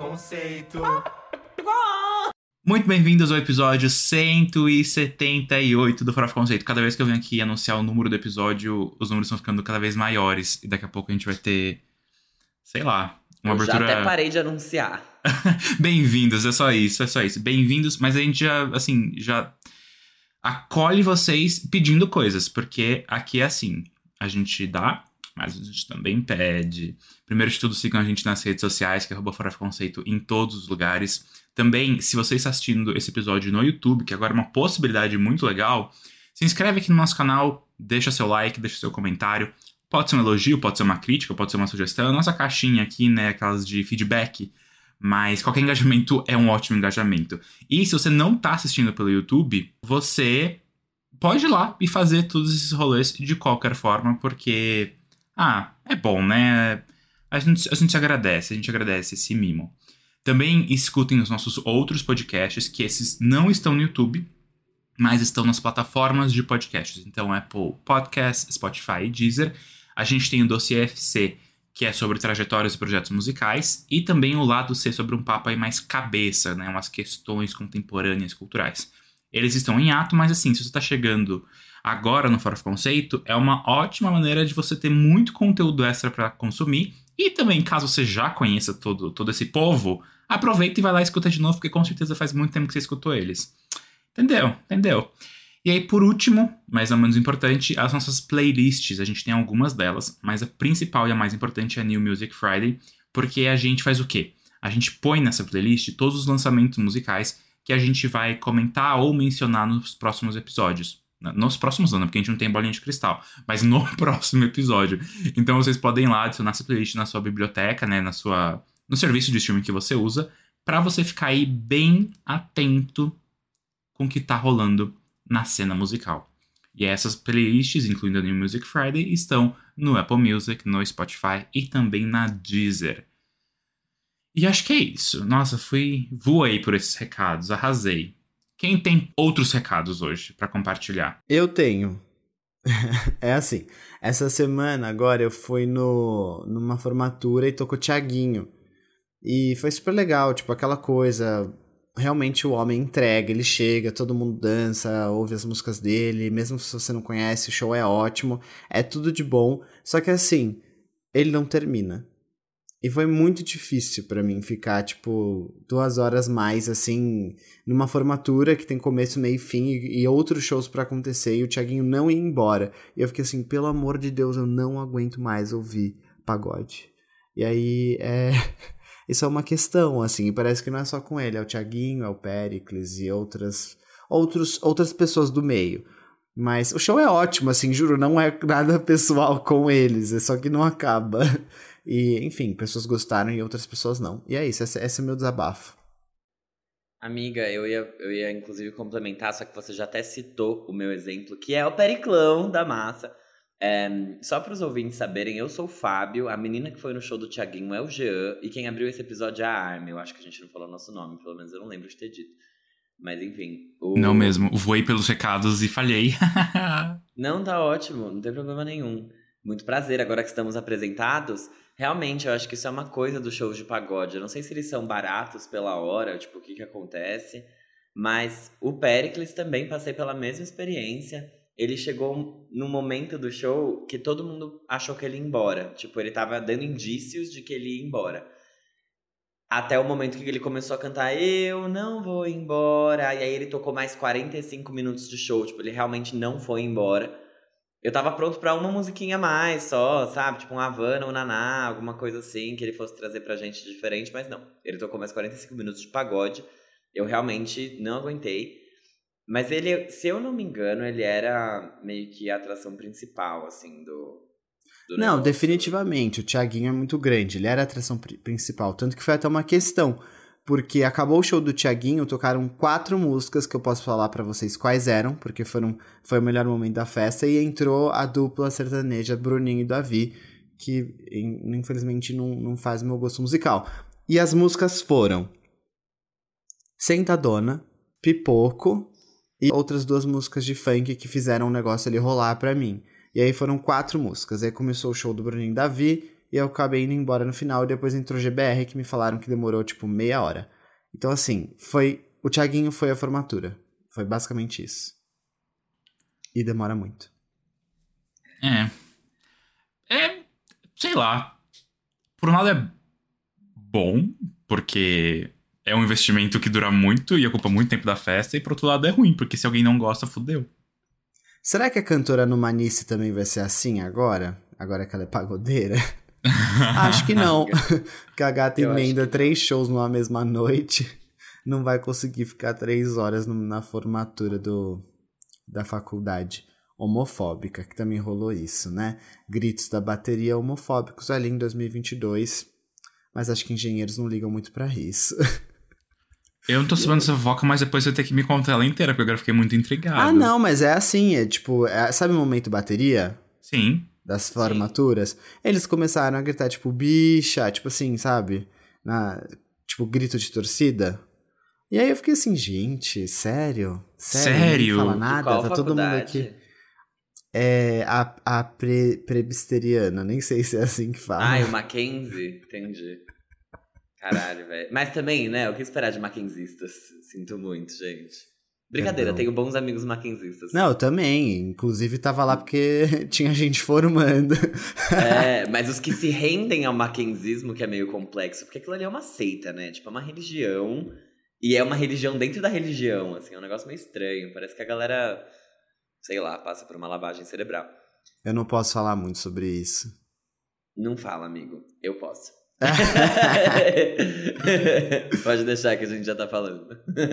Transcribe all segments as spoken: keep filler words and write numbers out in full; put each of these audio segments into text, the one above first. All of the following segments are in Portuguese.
Conceito. Muito bem-vindos ao episódio cento e setenta e oito do Farofa Conceito. Cada vez que eu venho aqui anunciar o número do episódio, os números estão ficando cada vez maiores. E daqui a pouco a gente vai ter, sei lá, uma eu abertura... já até parei de anunciar. Bem-vindos, é só isso, é só isso. Bem-vindos, mas a gente já, assim, já acolhe vocês pedindo coisas. Porque aqui é assim, a gente dá, mas a gente também pede. Primeiro de tudo, sigam a gente nas redes sociais, que é arroba Farofa Conceito em todos os lugares. Também, se você está assistindo esse episódio no YouTube, que agora é uma possibilidade muito legal, se inscreve aqui no nosso canal, deixa seu like, deixa seu comentário. Pode ser um elogio, pode ser uma crítica, pode ser uma sugestão. A nossa caixinha aqui, né, aquelas de feedback, mas qualquer engajamento é um ótimo engajamento. E se você não está assistindo pelo YouTube, você pode ir lá e fazer todos esses rolês de qualquer forma, porque, ah, é bom, né? A gente, a gente agradece, a gente agradece esse mimo. Também escutem os nossos outros podcasts, que esses não estão no YouTube, mas estão nas plataformas de podcasts. Então, Apple Podcasts, Spotify e Deezer. A gente tem o Dossiê F C, que é sobre trajetórias e projetos musicais. E também o Lado C, sobre um papo aí mais cabeça, né? Umas questões contemporâneas, culturais. Eles estão em ato, mas assim, se você está chegando agora no Farofa Conceito, é uma ótima maneira de você ter muito conteúdo extra para consumir. E também, caso você já conheça todo, todo esse povo, aproveita e vai lá e escuta de novo, porque com certeza faz muito tempo que você escutou eles. Entendeu? Entendeu? E aí, por último, mas não menos importante, as nossas playlists. A gente tem algumas delas, mas a principal e a mais importante é a New Music Friday, porque a gente faz o quê? A gente põe nessa playlist todos os lançamentos musicais que a gente vai comentar ou mencionar nos próximos episódios. Nos próximos anos, porque a gente não tem bolinha de cristal, mas no próximo episódio. Então vocês podem ir lá adicionar essa playlist na sua biblioteca, né, na sua, no serviço de streaming que você usa, pra você ficar aí bem atento com o que tá rolando na cena musical. E essas playlists, incluindo a New Music Friday, estão no Apple Music, no Spotify e também na Deezer. E acho que é isso. Nossa, fui voei por esses recados, arrasei. Quem tem outros recados hoje pra compartilhar? Eu tenho. É assim, essa semana agora eu fui no, numa formatura e tô com o Thiaguinho. E foi super legal, tipo, aquela coisa, realmente o homem entrega, ele chega, todo mundo dança, ouve as músicas dele, mesmo se você não conhece, o show é ótimo, é tudo de bom. Só que assim, ele não termina. E foi muito difícil pra mim ficar, tipo, duas horas mais, assim, numa formatura que tem começo, meio e fim, e, e outros shows pra acontecer, e o Thiaguinho não ia embora. E eu fiquei assim, pelo amor de Deus, eu não aguento mais ouvir pagode. E aí, é... isso é uma questão, assim, e parece que não é só com ele, é o Thiaguinho, é o Péricles e outras, outros, outras pessoas do meio. Mas o show é ótimo, assim, juro, não é nada pessoal com eles, é só que não acaba. E, enfim, pessoas gostaram e outras pessoas não. E é isso, esse, esse é o meu desabafo. Amiga, eu ia, eu ia inclusive complementar, só que você já até citou o meu exemplo, que é o Periclão da Massa. É, só para os ouvintes saberem, eu sou o Fábio, a menina que foi no show do Thiaguinho é o Jean, e quem abriu esse episódio é a Armin. Eu acho que a gente não falou nosso nome, pelo menos eu não lembro de ter dito. Mas enfim. O... Não mesmo, voei pelos recados e falhei. Não, tá ótimo, não tem problema nenhum. Muito prazer, agora que estamos apresentados. Realmente, eu acho que isso é uma coisa dos shows de pagode. Eu não sei se eles são baratos pela hora, tipo, o que que acontece. Mas o Péricles também passei pela mesma experiência. Ele chegou num momento do show que todo mundo achou que ele ia embora. Tipo, ele tava dando indícios de que ele ia embora. Até o momento que ele começou a cantar Eu não vou embora. E aí ele tocou mais quarenta e cinco minutos de show. Tipo, ele realmente não foi embora. Eu tava pronto pra uma musiquinha a mais só, sabe? Tipo um Havana, um Naná, alguma coisa assim, que ele fosse trazer pra gente diferente, mas não. Ele tocou mais quarenta e cinco minutos de pagode. Eu realmente não aguentei. Mas ele, se eu não me engano, ele era meio que a atração principal, assim, do... do não, negócio. definitivamente, o Thiaguinho é muito grande, ele era a atração pri- principal. Tanto que foi até uma questão, porque acabou o show do Thiaguinho, tocaram quatro músicas que eu posso falar pra vocês quais eram, porque foram, foi o melhor momento da festa, e entrou a dupla sertaneja Bruninho e Davi, que infelizmente não, não faz o meu gosto musical. E as músicas foram Sentadona, Pipoco e outras duas músicas de funk que fizeram o negócio ali rolar pra mim. E aí foram quatro músicas. Aí começou o show do Bruninho e Davi, e eu acabei indo embora no final, e depois entrou o G B R, que me falaram que demorou, tipo, meia hora. Então, assim, foi... O Thiaguinho foi a formatura. Foi basicamente isso. E demora muito. É. É, sei lá. Por um lado é bom, porque é um investimento que dura muito e ocupa muito tempo da festa, e por outro lado é ruim, porque se alguém não gosta, fudeu. Será que a cantora Numanice também vai ser assim agora? Agora que ela é pagodeira? Acho que não. Porque a gata Eu emenda acho que três shows numa mesma noite. Não vai conseguir ficar três horas no- na formatura do, da faculdade. Homofóbica, que também rolou isso, né? Gritos da bateria homofóbicos ali em dois mil e vinte e dois. Mas acho que engenheiros não ligam muito pra isso. Eu não tô sabendo essa fofoca, mas depois eu vou ter que me contar ela inteira, porque agora eu fiquei muito intrigado. Ah, não, mas é assim, é tipo... é- sabe o momento bateria? Sim. Das formaturas? Eles começaram a gritar, tipo, bicha, tipo assim, sabe? Na, tipo, grito de torcida. E aí eu fiquei assim, gente, sério? Sério? Ninguém fala De nada? qual Tá todo mundo faculdade? aqui. É a, a pre, prebisteriana, nem sei se é assim que fala. Ah, e o Mackenzie? Entendi. Caralho, velho. Mas também, né, o que esperar de mackenzistas? Sinto muito, gente. Brincadeira, Perdão. tenho bons amigos mackenzistas. Não, eu também. Inclusive tava lá porque tinha gente formando. É, mas os que se rendem ao mackenzismo, que é meio complexo, porque aquilo ali é uma seita, né? Tipo, é uma religião, e é uma religião dentro da religião, assim, é um negócio meio estranho. Parece que a galera, sei lá, passa por uma lavagem cerebral. Eu não posso falar muito sobre isso. Não fala, amigo. Eu posso. Pode deixar que a gente já tá falando.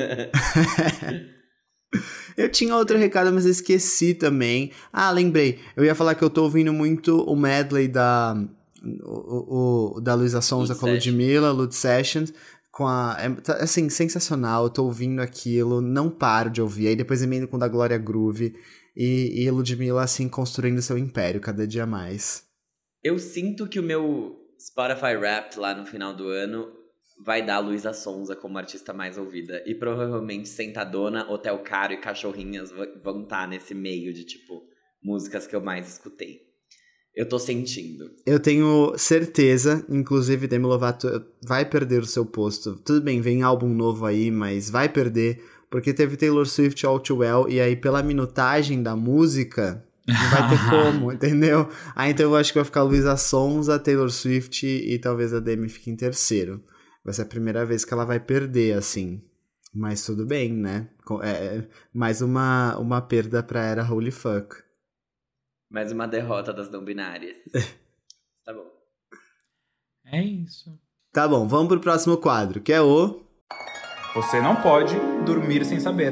Eu tinha outro recado, mas eu esqueci também. Ah, lembrei. Eu ia falar que eu tô ouvindo muito o medley da, o, o, da Luísa Sonza Lud com a Ludmilla, Lud Sessions. Com a, é, tá, assim, sensacional. Eu tô ouvindo aquilo, não paro de ouvir. Aí depois emendo com o da Glória Groove. E, e a Ludmilla, assim, construindo seu império cada dia mais. Eu sinto que o meu Spotify Wrapped lá no final do ano vai dar a Luísa Sonza como artista mais ouvida. E provavelmente Sentadona, Hotel Caro e Cachorrinhas va- vão estar nesse meio de, tipo, músicas que eu mais escutei. Eu tô sentindo. Eu tenho certeza, inclusive Demi Lovato vai perder o seu posto. Tudo bem, vem álbum novo aí, mas vai perder, porque teve Taylor Swift All Too Well, e aí pela minutagem da música, não vai ter como, entendeu? Ah, então eu acho que vai ficar Luísa Sonza, Taylor Swift e talvez a Demi fique em terceiro. Vai ser a primeira vez que ela vai perder, assim. Mas tudo bem, né? Co- É é mais uma, uma perda pra era Holy Fuck. Mais uma derrota das não binárias. Tá bom. É isso. Tá bom, vamos pro próximo quadro, que é o... Você não pode dormir sem saber.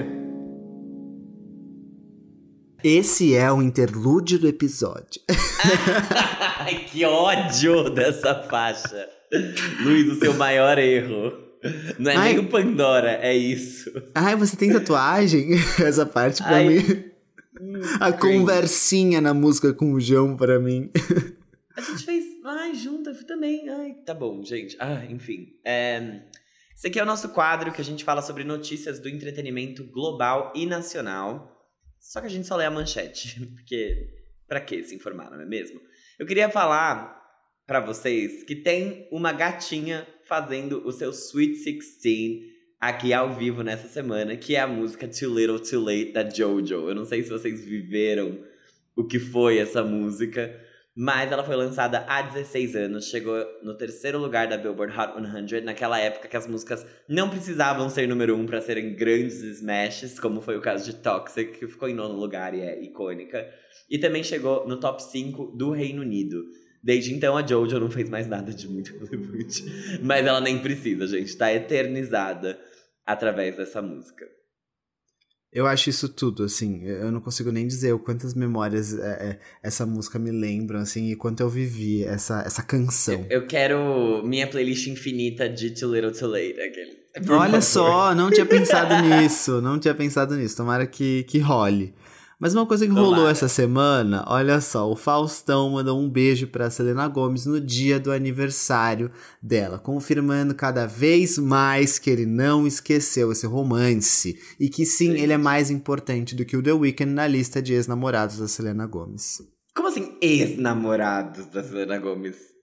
Esse é o interlúdio do episódio. Ai, que ódio dessa faixa. Luiz, o seu maior erro. Não é Ai. nem o Pandora, é isso. Ai, você tem tatuagem? Essa parte pra Ai. mim. Hum, A cringe. conversinha na música com o João pra mim. A gente fez. Ai, junta também. Ai, tá bom, gente. Ah, enfim. É, esse aqui é o nosso quadro que a gente fala sobre notícias do entretenimento global e nacional. Só que a gente só lê a manchete. Porque, pra que se informar, não é mesmo? Eu queria falar pra vocês que tem uma gatinha fazendo o seu Sweet sixteen aqui ao vivo nessa semana, que é a música Too Little Too Late da Jojo. Eu não sei se vocês viveram o que foi essa música, mas ela foi lançada há dezesseis anos, chegou no terceiro lugar da Billboard Hot cem, naquela época que as músicas não precisavam ser número um para serem grandes smashes, como foi o caso de Toxic, que ficou em nono lugar e é icônica. E também chegou no top cinco do Reino Unido. Desde então, a Jojo não fez mais nada de muito relevante. Mas ela nem precisa, gente. Tá eternizada através dessa música. Eu acho isso tudo, assim. Eu não consigo nem dizer o quantas memórias é, é, essa música me lembram, assim, e quanto eu vivi essa, essa canção. Eu quero minha playlist infinita de Too Little Too Late. Aquele. Por Olha favor. só, não tinha pensado nisso. Não tinha pensado nisso. Tomara que, que role. Mas uma coisa que rolou Tomara. essa semana, olha só, o Faustão mandou um beijo pra Selena Gomez no dia do aniversário dela, confirmando cada vez mais que ele não esqueceu esse romance e que sim, Sim. ele é mais importante do que o The Weeknd na lista de ex-namorados da Selena Gomez. Como assim, ex-namorados da Selena Gomez?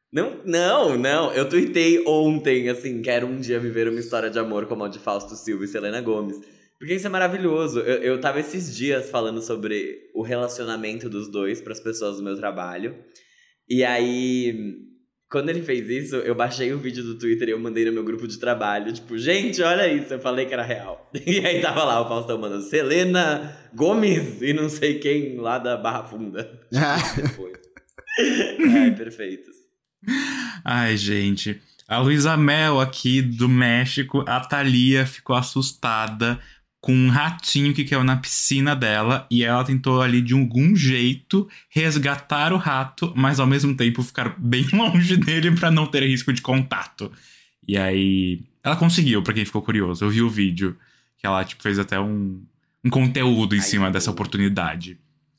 Não, não, não. Eu tuitei ontem, assim, quero um dia viver uma história de amor como a de Fausto Silva e Selena Gomez. Porque isso é maravilhoso. Eu, eu tava esses dias falando sobre o relacionamento dos dois pras pessoas do meu trabalho. E aí, quando ele fez isso, eu baixei o vídeo do Twitter e eu mandei no meu grupo de trabalho. Tipo, gente, olha isso. Eu falei que era real. E aí tava lá o Faustão mandando Selena Gomez e não sei quem lá da Barra Funda. Tipo, depois. Ai, perfeitos. Ai, gente. A Luísa Mel aqui do México, a Thalia ficou assustada com um ratinho que caiu na piscina dela e ela tentou ali de algum jeito resgatar o rato, mas ao mesmo tempo ficar bem longe dele pra não ter risco de contato. E aí ela conseguiu, pra quem ficou curioso. Eu vi o vídeo que ela tipo, fez até um, um conteúdo em Ai, cima que dessa tudo. oportunidade.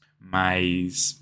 Mas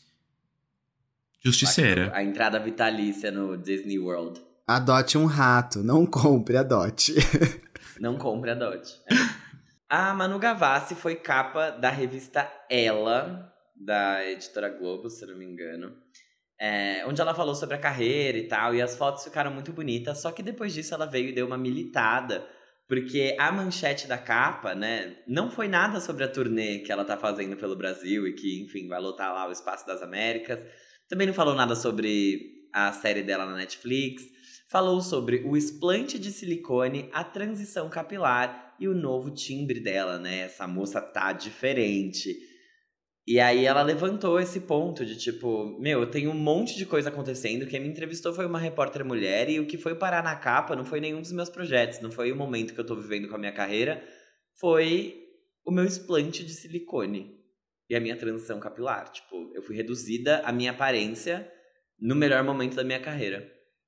justiceira. A entrada vitalícia no Disney World. Adote um rato, não compre, adote. Não compre a Dodge. É. A Manu Gavassi foi capa da revista Ela, da editora Globo, se não me engano. É, onde ela falou sobre a carreira e tal, e as fotos ficaram muito bonitas, só que depois disso ela veio e deu uma militada, porque a manchete da capa, né, não foi nada sobre a turnê que ela tá fazendo pelo Brasil e que, enfim, vai lotar lá o Espaço das Américas. Também não falou nada sobre a série dela na Netflix. Falou sobre o explante de silicone, a transição capilar e o novo timbre dela, né? Essa moça tá diferente. E aí ela levantou esse ponto de tipo, meu, tem um monte de coisa acontecendo. Quem me entrevistou foi uma repórter mulher e o que foi parar na capa não foi nenhum dos meus projetos, não foi o momento que eu tô vivendo com a minha carreira, foi o meu explante de silicone e a minha transição capilar. Tipo, eu fui reduzida à minha aparência no melhor momento da minha carreira.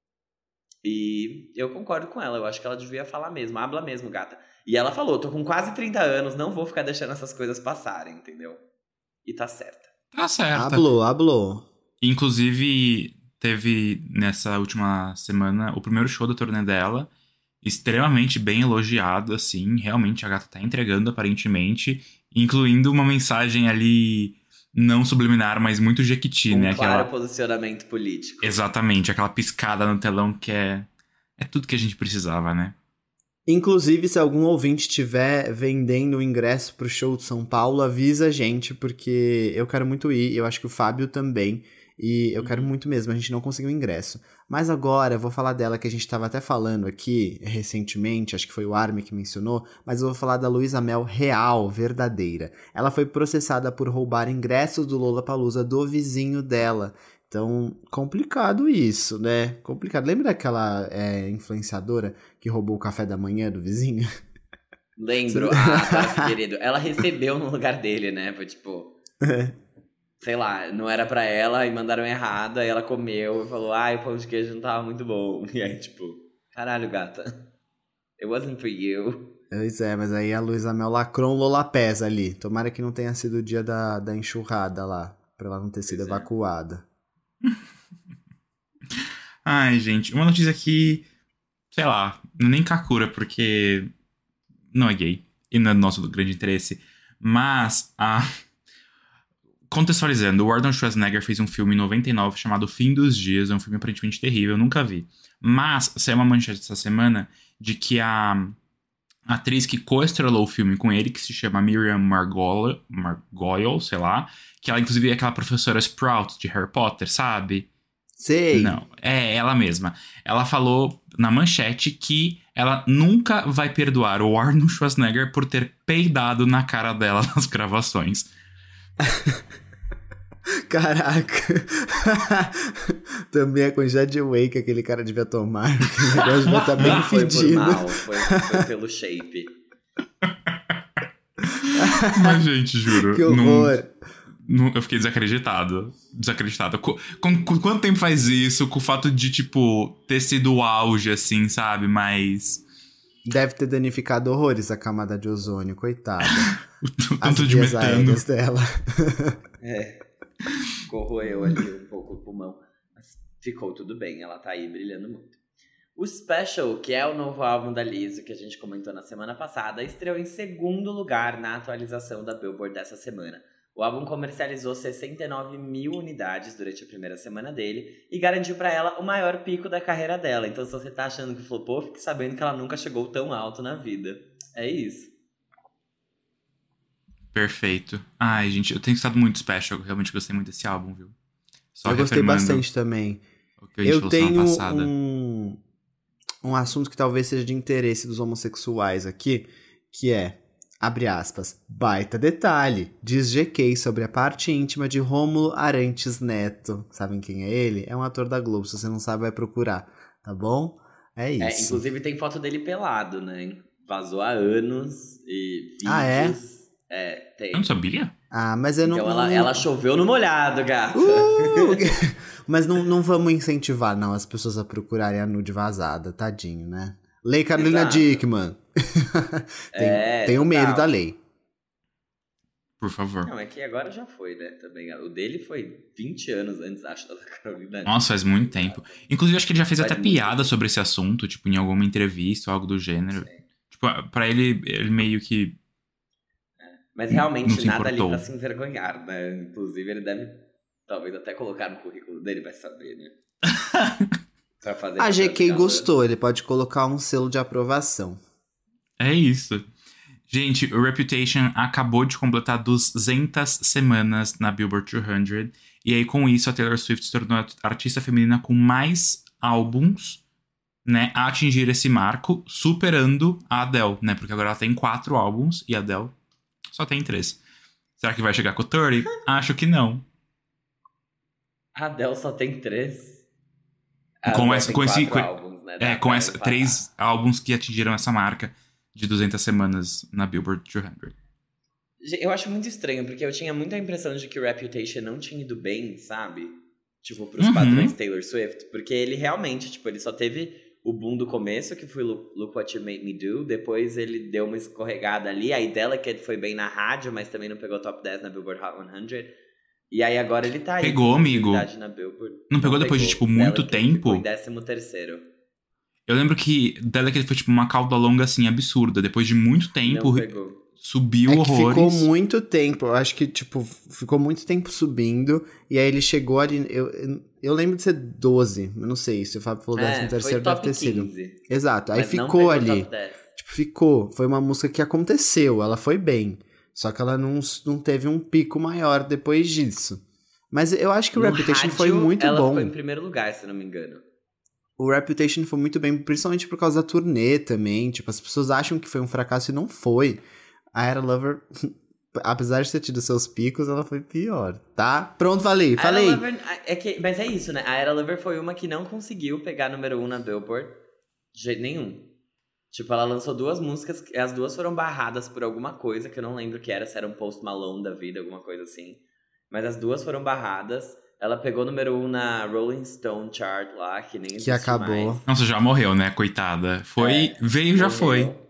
E eu concordo com ela, eu acho que ela devia falar mesmo, habla mesmo, gata. E ela falou, tô com quase trinta anos, não vou ficar deixando essas coisas passarem, entendeu? E tá certa. Tá certa. Hablou, hablou. Inclusive, teve nessa última semana o primeiro show da turnê dela, extremamente bem elogiado, assim. Realmente a gata tá entregando, aparentemente, incluindo uma mensagem ali não subliminar, mas muito jequiti, Um né? claro Aquela... posicionamento político. Exatamente, aquela piscada no telão que é... é tudo que a gente precisava, né? Inclusive, se algum ouvinte estiver vendendo o ingresso pro show de São Paulo, avisa a gente, porque eu quero muito ir, eu acho que o Fábio também, e eu Uhum. quero muito mesmo, a gente não conseguiu ingresso. Mas agora eu vou falar dela, que a gente tava até falando aqui recentemente, acho que foi o Armin que mencionou, mas eu vou falar da Luísa Mel real, verdadeira. Ela foi processada por roubar ingressos do Lollapalooza do vizinho dela. Então, complicado isso, né? Complicado. Lembra daquela é, influenciadora que roubou o café da manhã do vizinho? Lembro, ah, tá, querido. Ela recebeu no lugar dele, né? Foi tipo... Sei lá, não era pra ela e mandaram errado, aí ela comeu e falou, ai, o pão de queijo não tava muito bom. E aí, tipo, caralho, gata. It wasn't for you. Pois é, mas aí a Luísa Mel lacrou um Lolapés ali. Tomara que não tenha sido o dia da, da enxurrada lá, pra ela não ter sido Pois é. evacuada. Ai, gente, uma notícia aqui, sei lá, nem Kakura, porque não é gay e não é do nosso grande interesse, mas a... contextualizando, o Arnold Schwarzenegger fez um filme em noventa e nove chamado Fim dos Dias, é um filme aparentemente terrível, eu nunca vi. Mas saiu uma manchete essa semana de que a atriz que co-estrelou o filme com ele, que se chama Miriam Margolyes, Margolyes, sei lá, que ela inclusive é aquela professora Sprout de Harry Potter, sabe? Sei! Não, é ela mesma. Ela falou na manchete que ela nunca vai perdoar o Arnold Schwarzenegger por ter peidado na cara dela nas gravações. Caraca! Também a quantidade de whey que aquele cara devia tomar. O negócio devia estar bem Não foi por fedido. mal, foi, foi pelo shape. Mas, gente, juro. Que horror! Não, não, eu fiquei desacreditado. Desacreditado. Com, com, com quanto tempo faz isso? Com o fato de, tipo, ter sido o auge, assim, sabe? Mas... Deve ter danificado horrores a camada de ozônio, coitada. o t- As tanto de vias metano. aéreas dela. É, corroeu ali um pouco o pulmão. Mas ficou tudo bem, ela tá aí brilhando muito. O Special, que é o novo álbum da Lizzo, que a gente comentou na semana passada, estreou em segundo lugar na atualização da Billboard dessa semana. O álbum comercializou sessenta e nove mil unidades durante a primeira semana dele e garantiu pra ela o maior pico da carreira dela. Então, se você tá achando que flopou, fique sabendo que ela nunca chegou tão alto na vida. É isso. Perfeito. Ai, gente, eu tenho estado muito special. Eu realmente gostei muito desse álbum, viu? Só eu gostei bastante também. O que a gente eu falou tenho semana passada. um, um assunto que talvez seja de interesse dos homossexuais aqui, que é, abre aspas, baita detalhe, diz G K sobre a parte íntima de Rômulo Arantes Neto. Sabem quem é ele? É um ator da Globo, se você não sabe vai procurar, tá bom? É isso. É, inclusive tem foto dele pelado, né? Vazou há anos e vídeos. Ah, é? É, tem. Eu não sabia? Ah, mas eu não... Então ela, ela choveu no molhado, gata. Uh! Mas não, não vamos incentivar, não, as pessoas a procurarem a nude vazada, tadinho, né? Lei Carolina Exato. Dickmann. tem, É, tenho total. medo da lei. Por favor. Não, é que agora já foi, né? Também. O dele foi vinte anos antes, acho, da Carolina. Nossa, faz muito tempo. Inclusive, acho que ele já fez Faz até muito piada tempo. sobre esse assunto, tipo, em alguma entrevista ou algo do gênero. Sim. Tipo, pra ele, ele meio que... Mas Não realmente se nada ali importou. pra se envergonhar, né? Inclusive ele deve, talvez até colocar no currículo dele, vai saber, né? Pra fazer A G K galã. gostou, ele pode colocar um selo de aprovação. É isso. Gente, o Reputation acabou de completar duzentas semanas na Billboard duzentos. E aí, com isso, a Taylor Swift se tornou a artista feminina com mais álbuns, né, a atingir esse marco, superando a Adele, né? Porque agora ela tem quatro álbuns e a Adele só tem três. Será que vai chegar com o trinta? Acho que não. A Adele só tem três. Com Adele essa- tem com esse- quatro com- álbuns, né? É, Dá com pra essa, empatar. três álbuns que atingiram essa marca de duzentas semanas na Billboard duzentos. Eu acho muito estranho, porque eu tinha muita impressão de que o Reputation não tinha ido bem, sabe? Tipo, pros Uhum. padrões Taylor Swift. Porque ele realmente, tipo, ele só teve o boom do começo, que foi Look, Look What You Made Me Do. Depois ele deu uma escorregada ali. Aí Delicate foi bem na rádio, mas também não pegou top dez na Billboard Hot cem. E aí agora ele tá aí. Pegou, com amigo. visibilidade na Billboard. Não pegou depois de, tipo, muito Delicate tempo? ficou em décimo terceiro. Eu lembro que Delicate foi tipo uma cauda longa, assim, absurda. Depois de muito tempo, Não pegou. subiu É que horrores. ficou muito tempo, eu acho que, tipo, ficou muito tempo subindo, e aí ele chegou ali, eu, eu, eu lembro de ser doze, eu não sei, se o Fábio falou décimo É, foi terceiro deve top ter sido. quinze. Exato, aí Mas não ficou pegou ali, top dez. tipo, ficou, foi uma música que aconteceu, ela foi bem, só que ela não, não teve um pico maior depois disso. Mas eu acho que o No Reputation rádio, foi muito ela bom. ficou em primeiro lugar, se não me engano. O Reputation foi muito bem, principalmente por causa da turnê também. Tipo, as pessoas acham que foi um fracasso e não foi. A Era Lover, apesar de ter tido seus picos, ela foi pior, tá? Pronto, falei, A falei. Era Lover, é que, mas é isso, né? A Era Lover foi uma que não conseguiu pegar número um na Billboard de jeito nenhum. Tipo, ela lançou duas músicas, as duas foram barradas por alguma coisa, que eu não lembro o que era, se era um Post Malone da vida, alguma coisa assim. Mas as duas foram barradas. Ela pegou número um na Rolling Stone Chart lá, que nem existe acabou. mais. Nossa, já morreu, né? Coitada. Foi, É, veio, já Morreu. foi.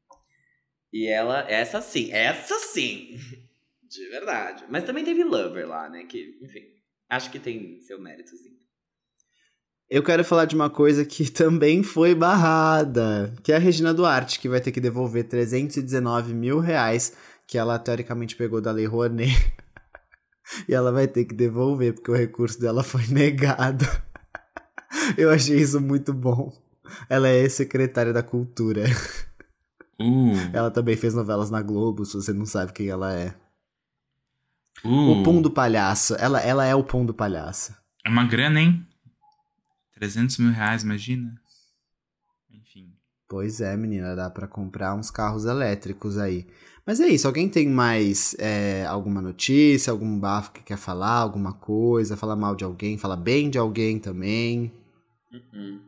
E ela, essa sim, essa sim. De verdade. Mas também teve Lover lá, né? Que, enfim, acho que tem seu méritozinho. Eu quero falar de uma coisa que também foi barrada, que é a Regina Duarte, que vai ter que devolver trezentos e dezenove mil reais que ela teoricamente pegou da Lei Rouanet. E ela vai ter que devolver, porque o recurso dela foi negado. Eu achei isso muito bom. Ela é secretária da Cultura. Uh, Ela também fez novelas na Globo, se você não sabe quem ela é. uh. O Pum do Palhaço. Ela, ela é o Pum do Palhaço. É uma grana, hein? trezentos mil reais, imagina. Enfim. Pois é, menina, dá pra comprar uns carros elétricos aí. Mas é isso, alguém tem mais é, alguma notícia, algum bafo que quer falar, alguma coisa, falar mal de alguém, falar bem de alguém também? Uh-uh.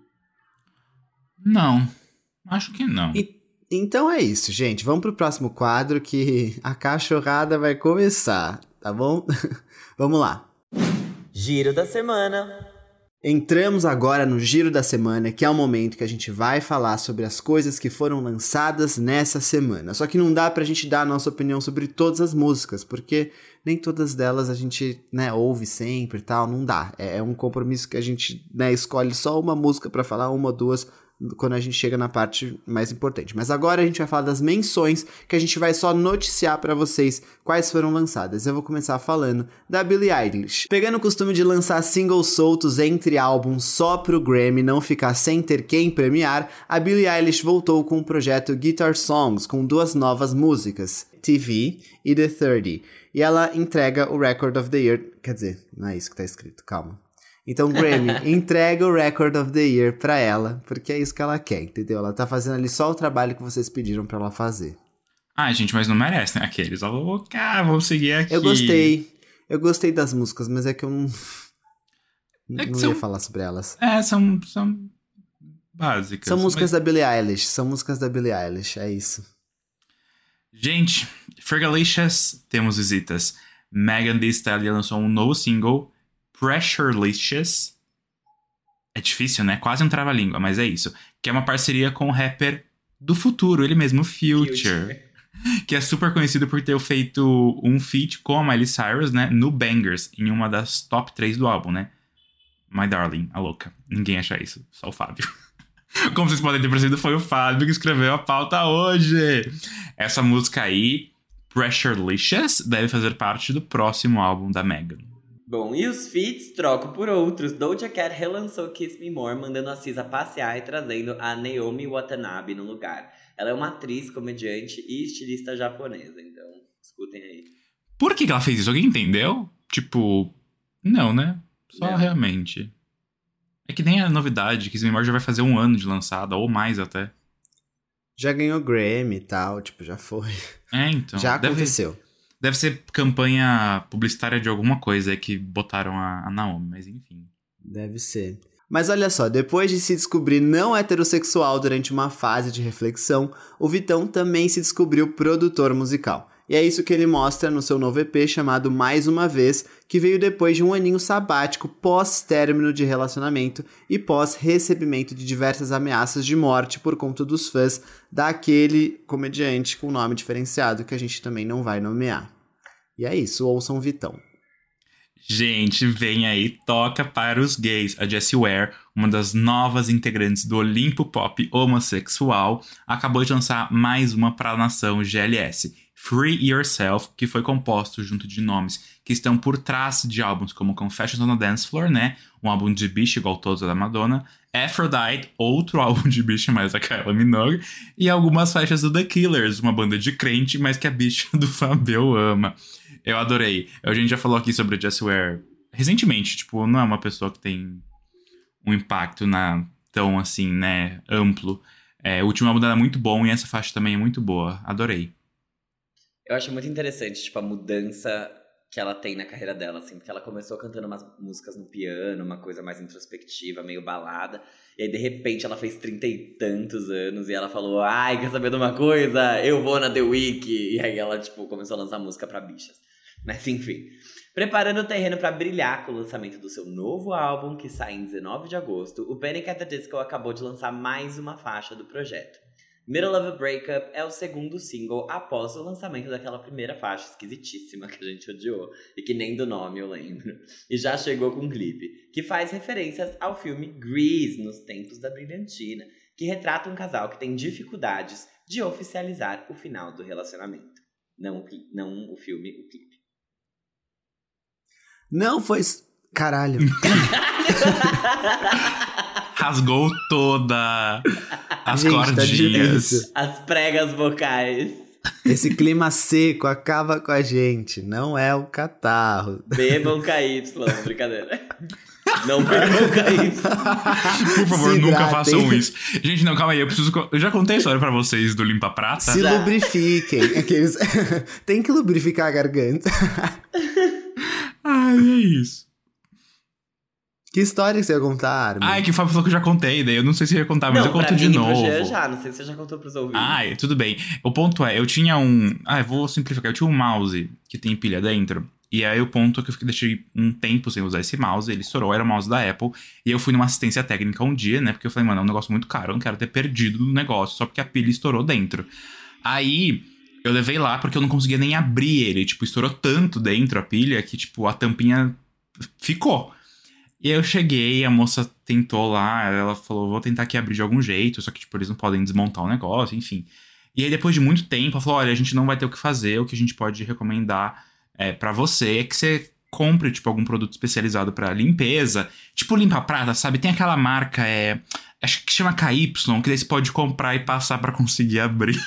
Não, acho que não. E, então é isso, gente, vamos pro próximo quadro que a cachorrada vai começar, tá bom? Vamos lá. Giro da semana. Entramos agora no Giro da Semana, que é o momento que a gente vai falar sobre as coisas que foram lançadas nessa semana. Só que não dá pra gente dar a nossa opinião sobre todas as músicas, porque nem todas delas a gente, né, ouve sempre e tal, não dá. É um compromisso que a gente, né, escolhe só uma música pra falar, uma ou duas, quando a gente chega na parte mais importante. Mas agora a gente vai falar das menções, que a gente vai só noticiar pra vocês quais foram lançadas. Eu vou começar falando da Billie Eilish. Pegando o costume de lançar singles soltos entre álbuns só pro Grammy não ficar sem ter quem premiar, a Billie Eilish voltou com o projeto Guitar Songs, com duas novas músicas, T V e The thirty. E ela entrega o Record of the Year. Quer dizer, não é isso que tá escrito, calma. Então, Grammy, entrega o Record of the Year pra ela, porque é isso que ela quer, entendeu? Ela tá fazendo ali só o trabalho que vocês pediram pra ela fazer. Ah, gente, mas não merece, né? Aqueles, ó, vou, ah, vou seguir aqui. Eu gostei. Eu gostei das músicas, mas é que eu não... É que não são... ia falar sobre elas. É, são, são básicas. São músicas mas... da Billie Eilish, são músicas da Billie Eilish, é isso. Gente, Fergalicious, temos visitas. Megan Thee Stallion lançou um novo single, Pressurelicious. É difícil, né? Quase um trava-língua, mas é isso. Que é uma parceria com o rapper do futuro, ele mesmo, Future. Future. Que é super conhecido por ter feito um feat com a Miley Cyrus, né? No Bangers, em uma das top três do álbum, né? My Darling, a louca. Ninguém acha isso, só o Fábio. Como vocês podem ter percebido, foi o Fábio que escreveu a pauta hoje. Essa música aí, Pressurelicious, deve fazer parte do próximo álbum da Megan. Bom, e os feats troco por outros. Doja Cat relançou Kiss Me More, mandando a Cisa passear e trazendo a Naomi Watanabe no lugar. Ela é uma atriz, comediante e estilista japonesa, então escutem aí. Por que ela fez isso? Alguém entendeu? Tipo, não, né? Só não. Realmente. É que nem a novidade, Kiss Me More já vai fazer um ano de lançada, ou mais até. Já ganhou Grammy e tal, tipo, já foi. É, então. Já aconteceu. Deve, deve ser campanha publicitária de alguma coisa aí que botaram a, a Naomi, mas enfim. Deve ser. Mas olha só, depois de se descobrir não heterossexual durante uma fase de reflexão, o Vitão também se descobriu produtor musical. E é isso que ele mostra no seu novo E P chamado Mais Uma Vez, que veio depois de um aninho sabático pós-término de relacionamento e pós-recebimento de diversas ameaças de morte por conta dos fãs daquele comediante com nome diferenciado que a gente também não vai nomear. E é isso, ouçam Vitão. Gente, vem aí, toca para os gays. A Jessie Ware, uma das novas integrantes do Olimpo Pop homossexual, acabou de lançar mais uma para a nação G L S. Free Yourself, que foi composto junto de nomes que estão por trás de álbuns como Confessions on a Dance Floor, né? Um álbum de bicho igual todos da Madonna. Aphrodite, outro álbum de bicho, mais a Kylie Minogue. E algumas faixas do The Killers, uma banda de crente, mas que a bicha do Fabio ama. Eu adorei. A gente já falou aqui sobre a Jessie Ware recentemente. Tipo, não é uma pessoa que tem um impacto na, tão assim, né, amplo. É, o último álbum dela é muito bom e essa faixa também é muito boa. Adorei. Eu acho muito interessante, tipo, a mudança que ela tem na carreira dela, assim, porque ela começou cantando umas músicas no piano, uma coisa mais introspectiva, meio balada, e aí, de repente, ela fez trinta e tantos anos, e ela falou, ai, quer saber de uma coisa? Eu vou na The Week, e aí ela, tipo, começou a lançar música pra bichas. Mas, enfim, preparando o terreno pra brilhar com o lançamento do seu novo álbum, que sai em dezenove de agosto, o Panic! At the Disco acabou de lançar mais uma faixa do projeto. Middle of a Breakup é o segundo single após o lançamento daquela primeira faixa esquisitíssima que a gente odiou e que nem do nome eu lembro. E já chegou com um clipe, que faz referências ao filme Grease, nos tempos da brilhantina, que retrata um casal que tem dificuldades de oficializar o final do relacionamento. Não o, cli- não o filme, o clipe. Não foi... Caralho. Rasgou toda as Gente, cordinhas. As pregas vocais. Esse clima seco acaba com a gente. Não é o catarro. Bebam K Y, brincadeira. Não bebam K Y. Por favor, nunca façam isso. Gente, não, calma aí. Eu preciso. Eu já contei a história pra vocês do Limpa Prata. Se Já. lubrifiquem. Aqueles... Tem que lubrificar a garganta. Ai, é isso. Que história que você ia contar, Armin? Ai, que o Fábio falou que eu já contei, daí eu não sei se eu ia contar, mas não, eu conto pra de mim, novo. Pro Jean, já, não sei se você já contou pros ouvintes. Ai, tudo bem. O ponto é, eu tinha um... Ah, eu vou simplificar. Eu tinha um mouse que tem pilha dentro. E aí o ponto é que eu fiquei, deixei um tempo sem usar esse mouse. Ele estourou, era o mouse da Apple. E eu fui numa assistência técnica um dia, né? Porque eu falei, mano, é um negócio muito caro. Eu não quero ter perdido o negócio só porque a pilha estourou dentro. Aí eu levei lá porque eu não conseguia nem abrir ele. Tipo, estourou tanto dentro a pilha que, tipo, a tampinha ficou. E aí eu cheguei, a moça tentou lá, ela falou, vou tentar aqui abrir de algum jeito, só que, tipo, eles não podem desmontar o negócio, enfim. E aí, depois de muito tempo, ela falou, olha, a gente não vai ter o que fazer, o que a gente pode recomendar é, pra você é que você compre, tipo, algum produto especializado pra limpeza. Tipo, limpa-prata, sabe? Tem aquela marca, é... acho que chama K Y, que daí você pode comprar e passar pra conseguir abrir.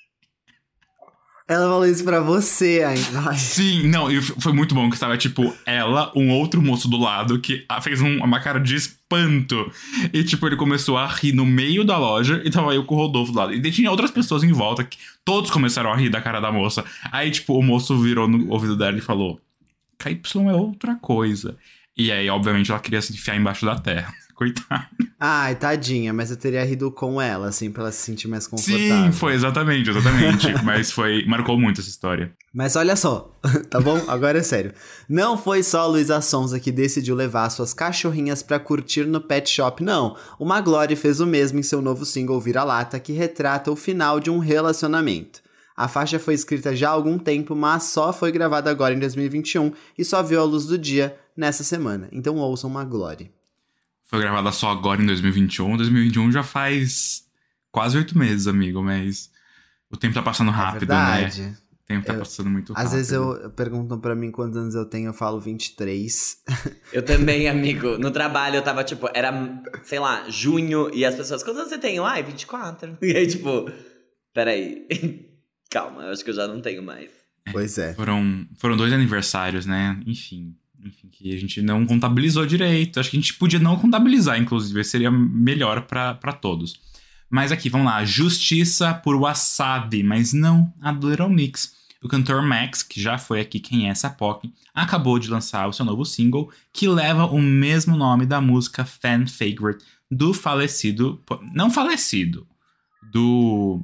Ela falou isso pra você ainda. Ai. Sim, não, e foi muito bom que estava, tipo, ela, um outro moço do lado, que fez um, uma cara de espanto. E, tipo, ele começou a rir no meio da loja e tava eu com o Rodolfo do lado. E tinha outras pessoas em volta que todos começaram a rir da cara da moça. Aí, tipo, o moço virou no ouvido dela e falou, K Y é outra coisa. E aí, obviamente, ela queria se enfiar embaixo da terra. Coitada. Ai, tadinha, mas eu teria rido com ela, assim, pra ela se sentir mais confortável. Sim, foi exatamente, exatamente. Mas foi, marcou muito essa história. Mas olha só, tá bom? Agora é sério. Não foi só a Luísa Sonza que decidiu levar suas cachorrinhas pra curtir no pet shop, não. O Magloire fez o mesmo em seu novo single Vira-Lata, que retrata o final de um relacionamento. A faixa foi escrita já há algum tempo, mas só foi gravada agora em dois mil e vinte e um e só viu a luz do dia nessa semana. Então ouçam Magloire. Foi gravada só agora em dois mil e vinte e um. dois mil e vinte e um já faz quase oito meses, amigo, mas o tempo tá passando rápido, é verdade. né? O tempo tá eu, passando muito rápido. Às vezes eu perguntam pra mim quantos anos eu tenho, eu falo vinte e três. Eu também, amigo. No trabalho eu tava, tipo, era, sei lá, junho, e as pessoas, quantos anos você tem? Ai, vinte e quatro. E aí, tipo, peraí. Calma, eu acho que eu já não tenho mais. Pois é. Foram, foram dois aniversários, né? Enfim. Enfim, que a gente não contabilizou direito. Acho que a gente podia não contabilizar, inclusive. Seria melhor pra, pra todos. Mas aqui, vamos lá. Justiça por Wasabi, mas não a do Little Mix. O cantor Max, que já foi aqui Quem é essa Poc, acabou de lançar o seu novo single, que leva o mesmo nome da música Fan Favorite do falecido... Não falecido. Do...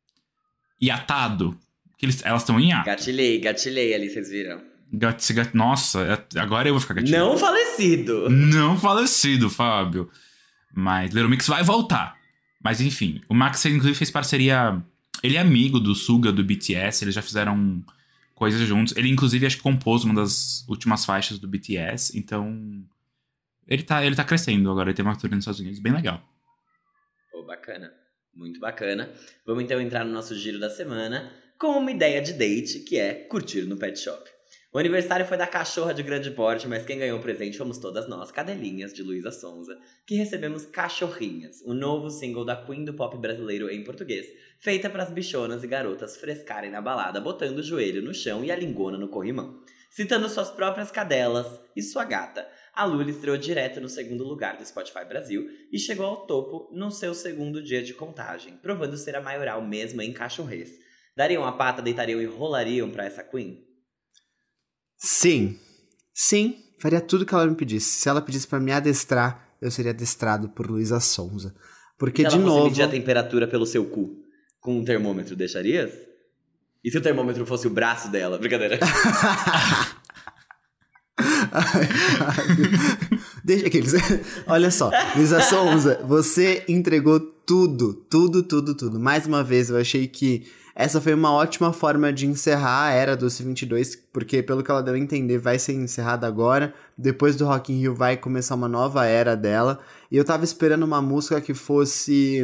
Iatado. Que eles, elas estão em hiato. Gatilhei, gatilhei ali, vocês viram? Gat, gat, nossa, agora eu vou ficar gatilhado. Não falecido. Não falecido, Fábio. Mas Little Mix vai voltar. Mas enfim, o Max inclusive fez parceria... Ele é amigo do Suga, do B T S. Eles já fizeram coisas juntos. Ele inclusive acho que compôs uma das últimas faixas do B T S. Então, ele tá, ele tá crescendo agora. Ele tem uma turnê nos Estados Unidos, bem legal. Pô, bacana. Muito bacana. Vamos então entrar no nosso giro da semana com uma ideia de date, que é curtir no pet shop. O aniversário foi da cachorra de grande porte, mas quem ganhou o presente fomos todas nós, cadelinhas de Luísa Sonza, que recebemos Cachorrinhas, o novo single da Queen do pop brasileiro em português, feita para as bichonas e garotas frescarem na balada, botando o joelho no chão e a lingona no corrimão. Citando suas próprias cadelas e sua gata, a Luli estreou direto no segundo lugar do Spotify Brasil e chegou ao topo no seu segundo dia de contagem, provando ser a maioral mesmo em cachorrês. Dariam a pata, deitariam e rolariam pra essa Queen? Sim. Sim, faria tudo que ela me pedisse. Se ela pedisse pra me adestrar, eu seria adestrado por Luísa Sonza. Porque, e se de ela fosse novo... medir a temperatura pelo seu cu com um termômetro, deixarias? E se o termômetro fosse o braço dela? Brincadeira. Ai, ai. Deixa aqueles. Olha só, Luísa Sonza, você entregou tudo, tudo, tudo, tudo. Mais uma vez, eu achei que essa foi uma ótima forma de encerrar a era do C vinte e dois, porque pelo que ela deu a entender, vai ser encerrada agora. Depois do Rock in Rio vai começar uma nova era dela. E eu tava esperando uma música que fosse,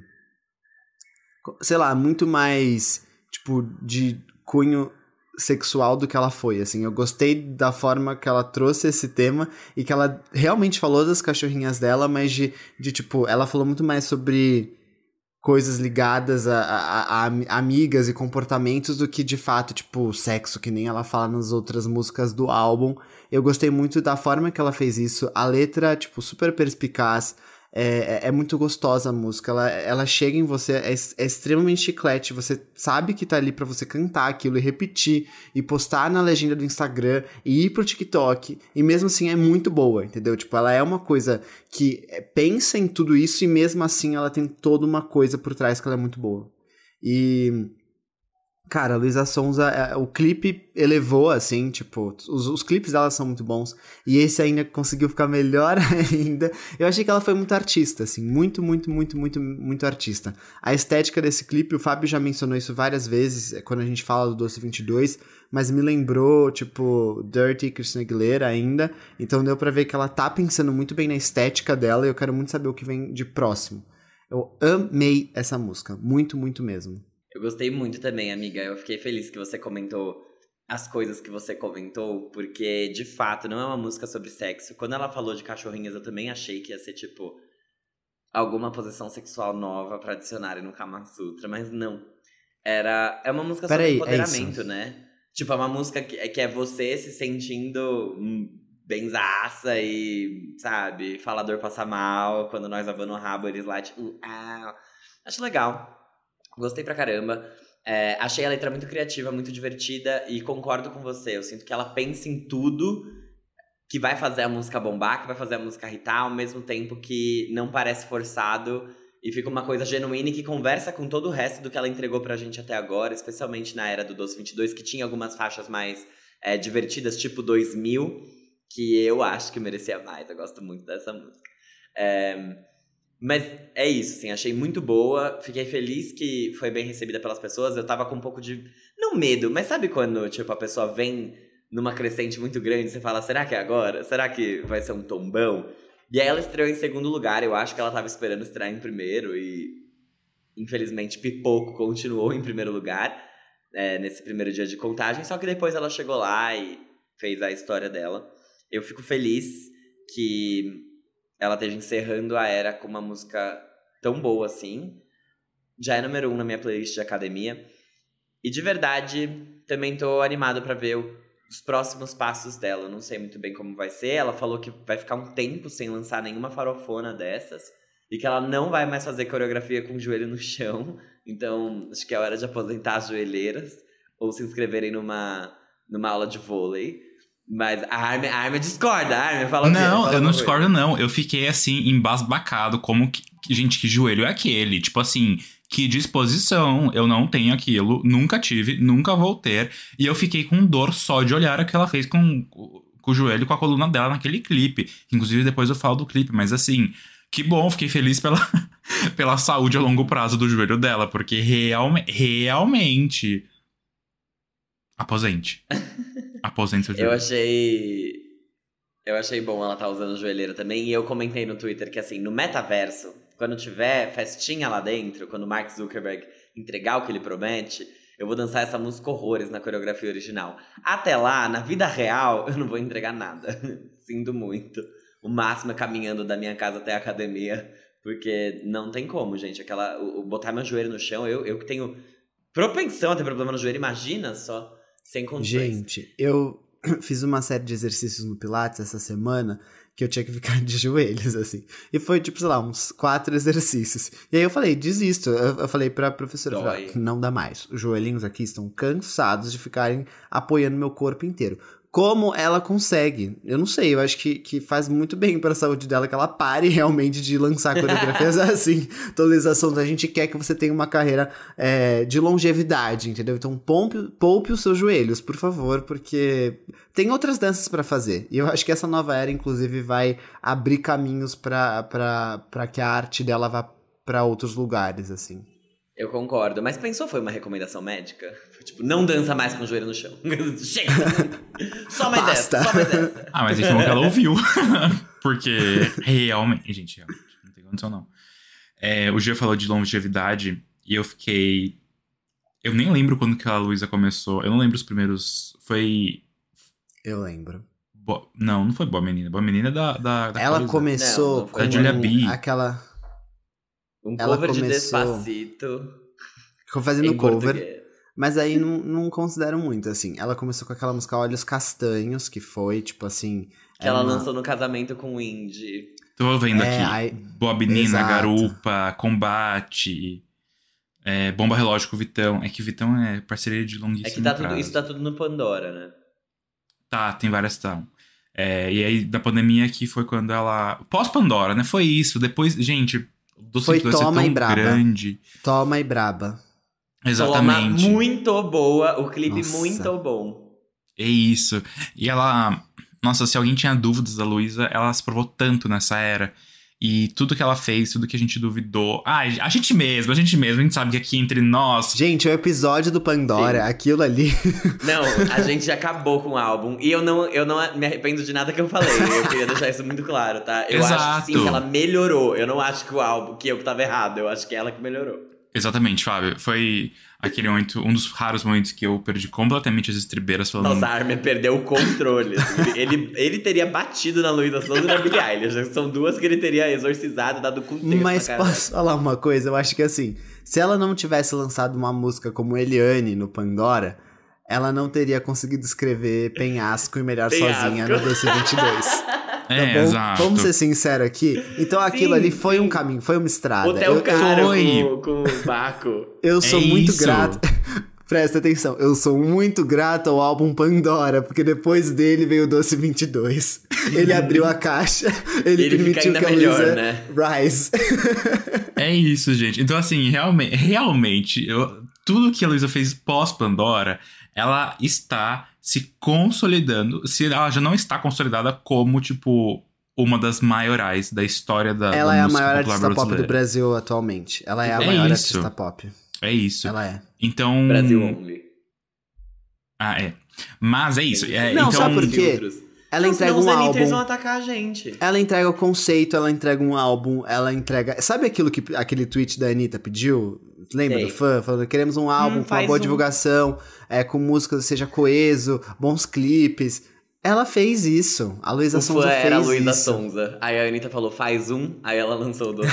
sei lá, muito mais, tipo, de cunho sexual do que ela foi, assim. Eu gostei da forma que ela trouxe esse tema e que ela realmente falou das cachorrinhas dela, mas de, de tipo, ela falou muito mais sobre coisas ligadas a, a, a, a amigas e comportamentos do que, de fato, tipo, sexo, que nem ela fala nas outras músicas do álbum. Eu gostei muito da forma que ela fez isso. A letra, tipo, super perspicaz. É, é, é muito gostosa a música. Ela, ela chega em você, é, é extremamente chiclete. Você sabe que tá ali pra você cantar aquilo e repetir, e postar na legenda do Instagram, e ir pro TikTok. E mesmo assim é muito boa, entendeu? Tipo, ela é uma coisa que pensa em tudo isso, e mesmo assim ela tem toda uma coisa por trás que ela é muito boa. E Cara, a Luísa Sonza, é, o clipe elevou, assim, tipo, os, os clipes dela são muito bons, e esse ainda conseguiu ficar melhor ainda. Eu achei que ela foi muito artista, assim, muito, muito, muito, muito, muito artista. A estética desse clipe, o Fábio já mencionou isso várias vezes, quando a gente fala do Doce vinte e dois, mas me lembrou, tipo, Dirty Christina Aguilera ainda, então deu pra ver que ela tá pensando muito bem na estética dela, e eu quero muito saber o que vem de próximo. Eu amei essa música, muito, muito mesmo. Eu gostei muito também, amiga. Eu fiquei feliz que você comentou as coisas que você comentou, porque, de fato, não é uma música sobre sexo. Quando ela falou de cachorrinhas, eu também achei que ia ser, tipo, alguma posição sexual nova pra adicionarem no Kama Sutra, mas não. Era, é uma música sobre Peraí, empoderamento, é né? Tipo, é uma música que, que é você se sentindo hum, benzaça e, sabe, falador passa mal, quando nós abano o rabo, eles lá, tipo, ah. Acho legal. Gostei pra caramba. É, achei a letra muito criativa, muito divertida e concordo com você. Eu sinto que ela pensa em tudo que vai fazer a música bombar, que vai fazer a música hitar, ao mesmo tempo que não parece forçado e fica uma coisa genuína e que conversa com todo o resto do que ela entregou pra gente até agora, especialmente na era do Doce vinte e dois, que tinha algumas faixas mais é, divertidas, tipo dois mil, que eu acho que merecia mais. Eu gosto muito dessa música. É... Mas é isso, assim, achei muito boa. Fiquei feliz que foi bem recebida pelas pessoas. Eu tava com um pouco de, não medo, mas sabe quando, tipo, a pessoa vem numa crescente muito grande, você fala, será que é agora? Será que vai ser um tombão? E aí ela estreou em segundo lugar. Eu acho que ela tava esperando estrear em primeiro e, infelizmente, Pipoco continuou em primeiro lugar é, nesse primeiro dia de contagem. Só que depois ela chegou lá e fez a história dela. Eu fico feliz que ela esteja encerrando a era com uma música tão boa assim. Já é número um na minha playlist de academia. E de verdade, também tô animado pra ver o, os próximos passos dela. Eu não sei muito bem como vai ser. Ela falou que vai ficar um tempo sem lançar nenhuma farofona dessas. E que ela não vai mais fazer coreografia com o joelho no chão. Então, acho que é hora de aposentar as joelheiras. Ou se inscreverem numa, numa aula de vôlei. Mas a Armin, a Armin discorda, a Armin fala Não, fala eu não coisa. discordo, não. Eu fiquei, assim, embasbacado. Como que... Gente, que joelho é aquele? Tipo assim, que disposição. Eu não tenho aquilo. Nunca tive, nunca vou ter. E eu fiquei com dor só de olhar o que ela fez com, com o joelho e com a coluna dela naquele clipe. Inclusive, depois eu falo do clipe. Mas, assim, que bom. Fiquei feliz pela, pela saúde a longo prazo do joelho dela. Porque realme, realmente... Aposente. Aposente seu joelho. Eu achei... Eu achei bom ela estar tá usando joelheira também. E eu comentei no Twitter que, assim, no metaverso, quando tiver festinha lá dentro, quando o Mark Zuckerberg entregar o que ele promete, eu vou dançar essa música horrores na coreografia original. Até lá, na vida real, eu não vou entregar nada. Sinto muito. O máximo é caminhando da minha casa até a academia. Porque não tem como, gente. Aquela, o, o botar meu joelho no chão, eu, eu que tenho propensão a ter problema no joelho, imagina só. Sem condições. Gente, eu fiz uma série de exercícios no Pilates essa semana que eu tinha que ficar de joelhos, assim. E foi, tipo, sei lá, uns quatro exercícios. E aí eu falei, desisto. Eu, eu falei pra professora, falei, não dá mais. Os joelhinhos aqui estão cansados de ficarem apoiando meu corpo inteiro. Como ela consegue? Eu não sei, eu acho que, que faz muito bem para a saúde dela que ela pare realmente de lançar coreografias assim. Atualizações, a gente quer que você tenha uma carreira é, de longevidade, entendeu? Então poupe, poupe os seus joelhos, por favor, porque tem outras danças para fazer. E eu acho que essa nova era, inclusive, vai abrir caminhos para que a arte dela vá para outros lugares, assim. Eu concordo, mas pensou foi uma recomendação médica? Foi tipo, não dança mais com o joelho no chão. Chega! Só mais Basta. essa, só mais essa. Ah, mas é que bom que ela ouviu. Porque realmente... Gente, realmente, não tem condição não. É, o Gia falou de longevidade e eu fiquei... Eu nem lembro quando que a Luísa começou. Eu não lembro os primeiros... Foi... Eu lembro. Bo... Não, não foi Boa Menina. Boa Menina é da... da, da ela Luísa. começou não, não com a Julia B. aquela... Um ela cover começou... de Despacito. Ficou fazendo em cover. português. Mas aí não, não considero muito, assim. Ela começou com aquela música Olhos Castanhos, que foi, tipo assim... Que ela uma... lançou no casamento com o Indy. Tô vendo É, aqui. aí... Boa Menina, Exato. Garupa, Combate... É, Bomba Relógio com o Vitão. É que o Vitão é parceria de longuíssimo É que tá prazo. tudo, isso tá tudo no Pandora, né? Tá, tem várias tão. É, e aí, da pandemia que foi quando ela... Pós-Pandora, né? Foi isso. Depois, gente... Do Foi Doce Toma tão e Braba. grande. Toma e Braba. Exatamente. Toma, muito boa, o clipe Nossa. muito bom. É isso. E ela... Nossa, se alguém tinha dúvidas da Luísa, ela se provou tanto nessa era. E tudo que ela fez, tudo que a gente duvidou... Ah, a gente mesmo, a gente mesmo. A gente sabe que aqui entre nós... Gente, o episódio do Pandora, Sim. aquilo ali... Não, a gente acabou com o álbum. E eu não, eu não me arrependo de nada que eu falei. Eu queria deixar isso muito claro, tá? Eu Exato. acho sim que ela melhorou. Eu não acho que o álbum, que eu que tava errado. Eu acho que ela que melhorou. Exatamente, Fábio. Foi aquele momento, um dos raros momentos que eu perdi completamente as estribeiras falando... Nossa, a Armin perdeu o controle. Ele, ele, ele teria batido na Luísa Sonza e na Billie Eilish. São duas que ele teria exorcizado, dado com texto Mas na cara. posso falar uma coisa? Eu acho que assim, se ela não tivesse lançado uma música como Eliane no Pandora, ela não teria conseguido escrever Penhasco e Melhor Penhasco. Sozinha no Doce vinte e dois. É, Tá bom? exato. Vamos ser sinceros aqui? Então aquilo Sim, ali foi sim. um caminho, foi uma estrada. O Theo eu, Caro Foi. com, com o Baco. eu sou É muito isso. grato. Presta atenção, eu sou muito grato ao álbum Pandora, porque depois dele veio o Doce vinte e dois. Ele abriu a caixa, ele, Ele fica permitiu ainda que a melhor, Luísa né? rise. É isso, gente. Então, assim, realmente, realmente eu, tudo que a Luísa fez pós-Pandora, ela está se consolidando. Se ela já não está consolidada como, tipo, uma das maiorais da história da, Ela da é a música maior popular artista pop do brasileira. Brasil atualmente. Ela é a É maior isso. artista pop. É isso. Ela é. Então... Brasil Only. Ah, é. Mas é isso. É, Não, então... sabe por quê? Filtros. Ela Não, entrega senão um os Anitters álbum. vão atacar a gente. Ela entrega o conceito, ela entrega um álbum, ela entrega... Sabe aquilo que aquele tweet da Anitta pediu? Lembra Sei. do fã? Falando, queremos um álbum Hum, com uma faz boa um. divulgação, é, com música seja coeso, bons clipes. Ela fez isso. A Luísa O Sonza fã fez era a Luísa isso. Sonza. Aí a Anitta falou, faz um. Aí ela lançou o doce.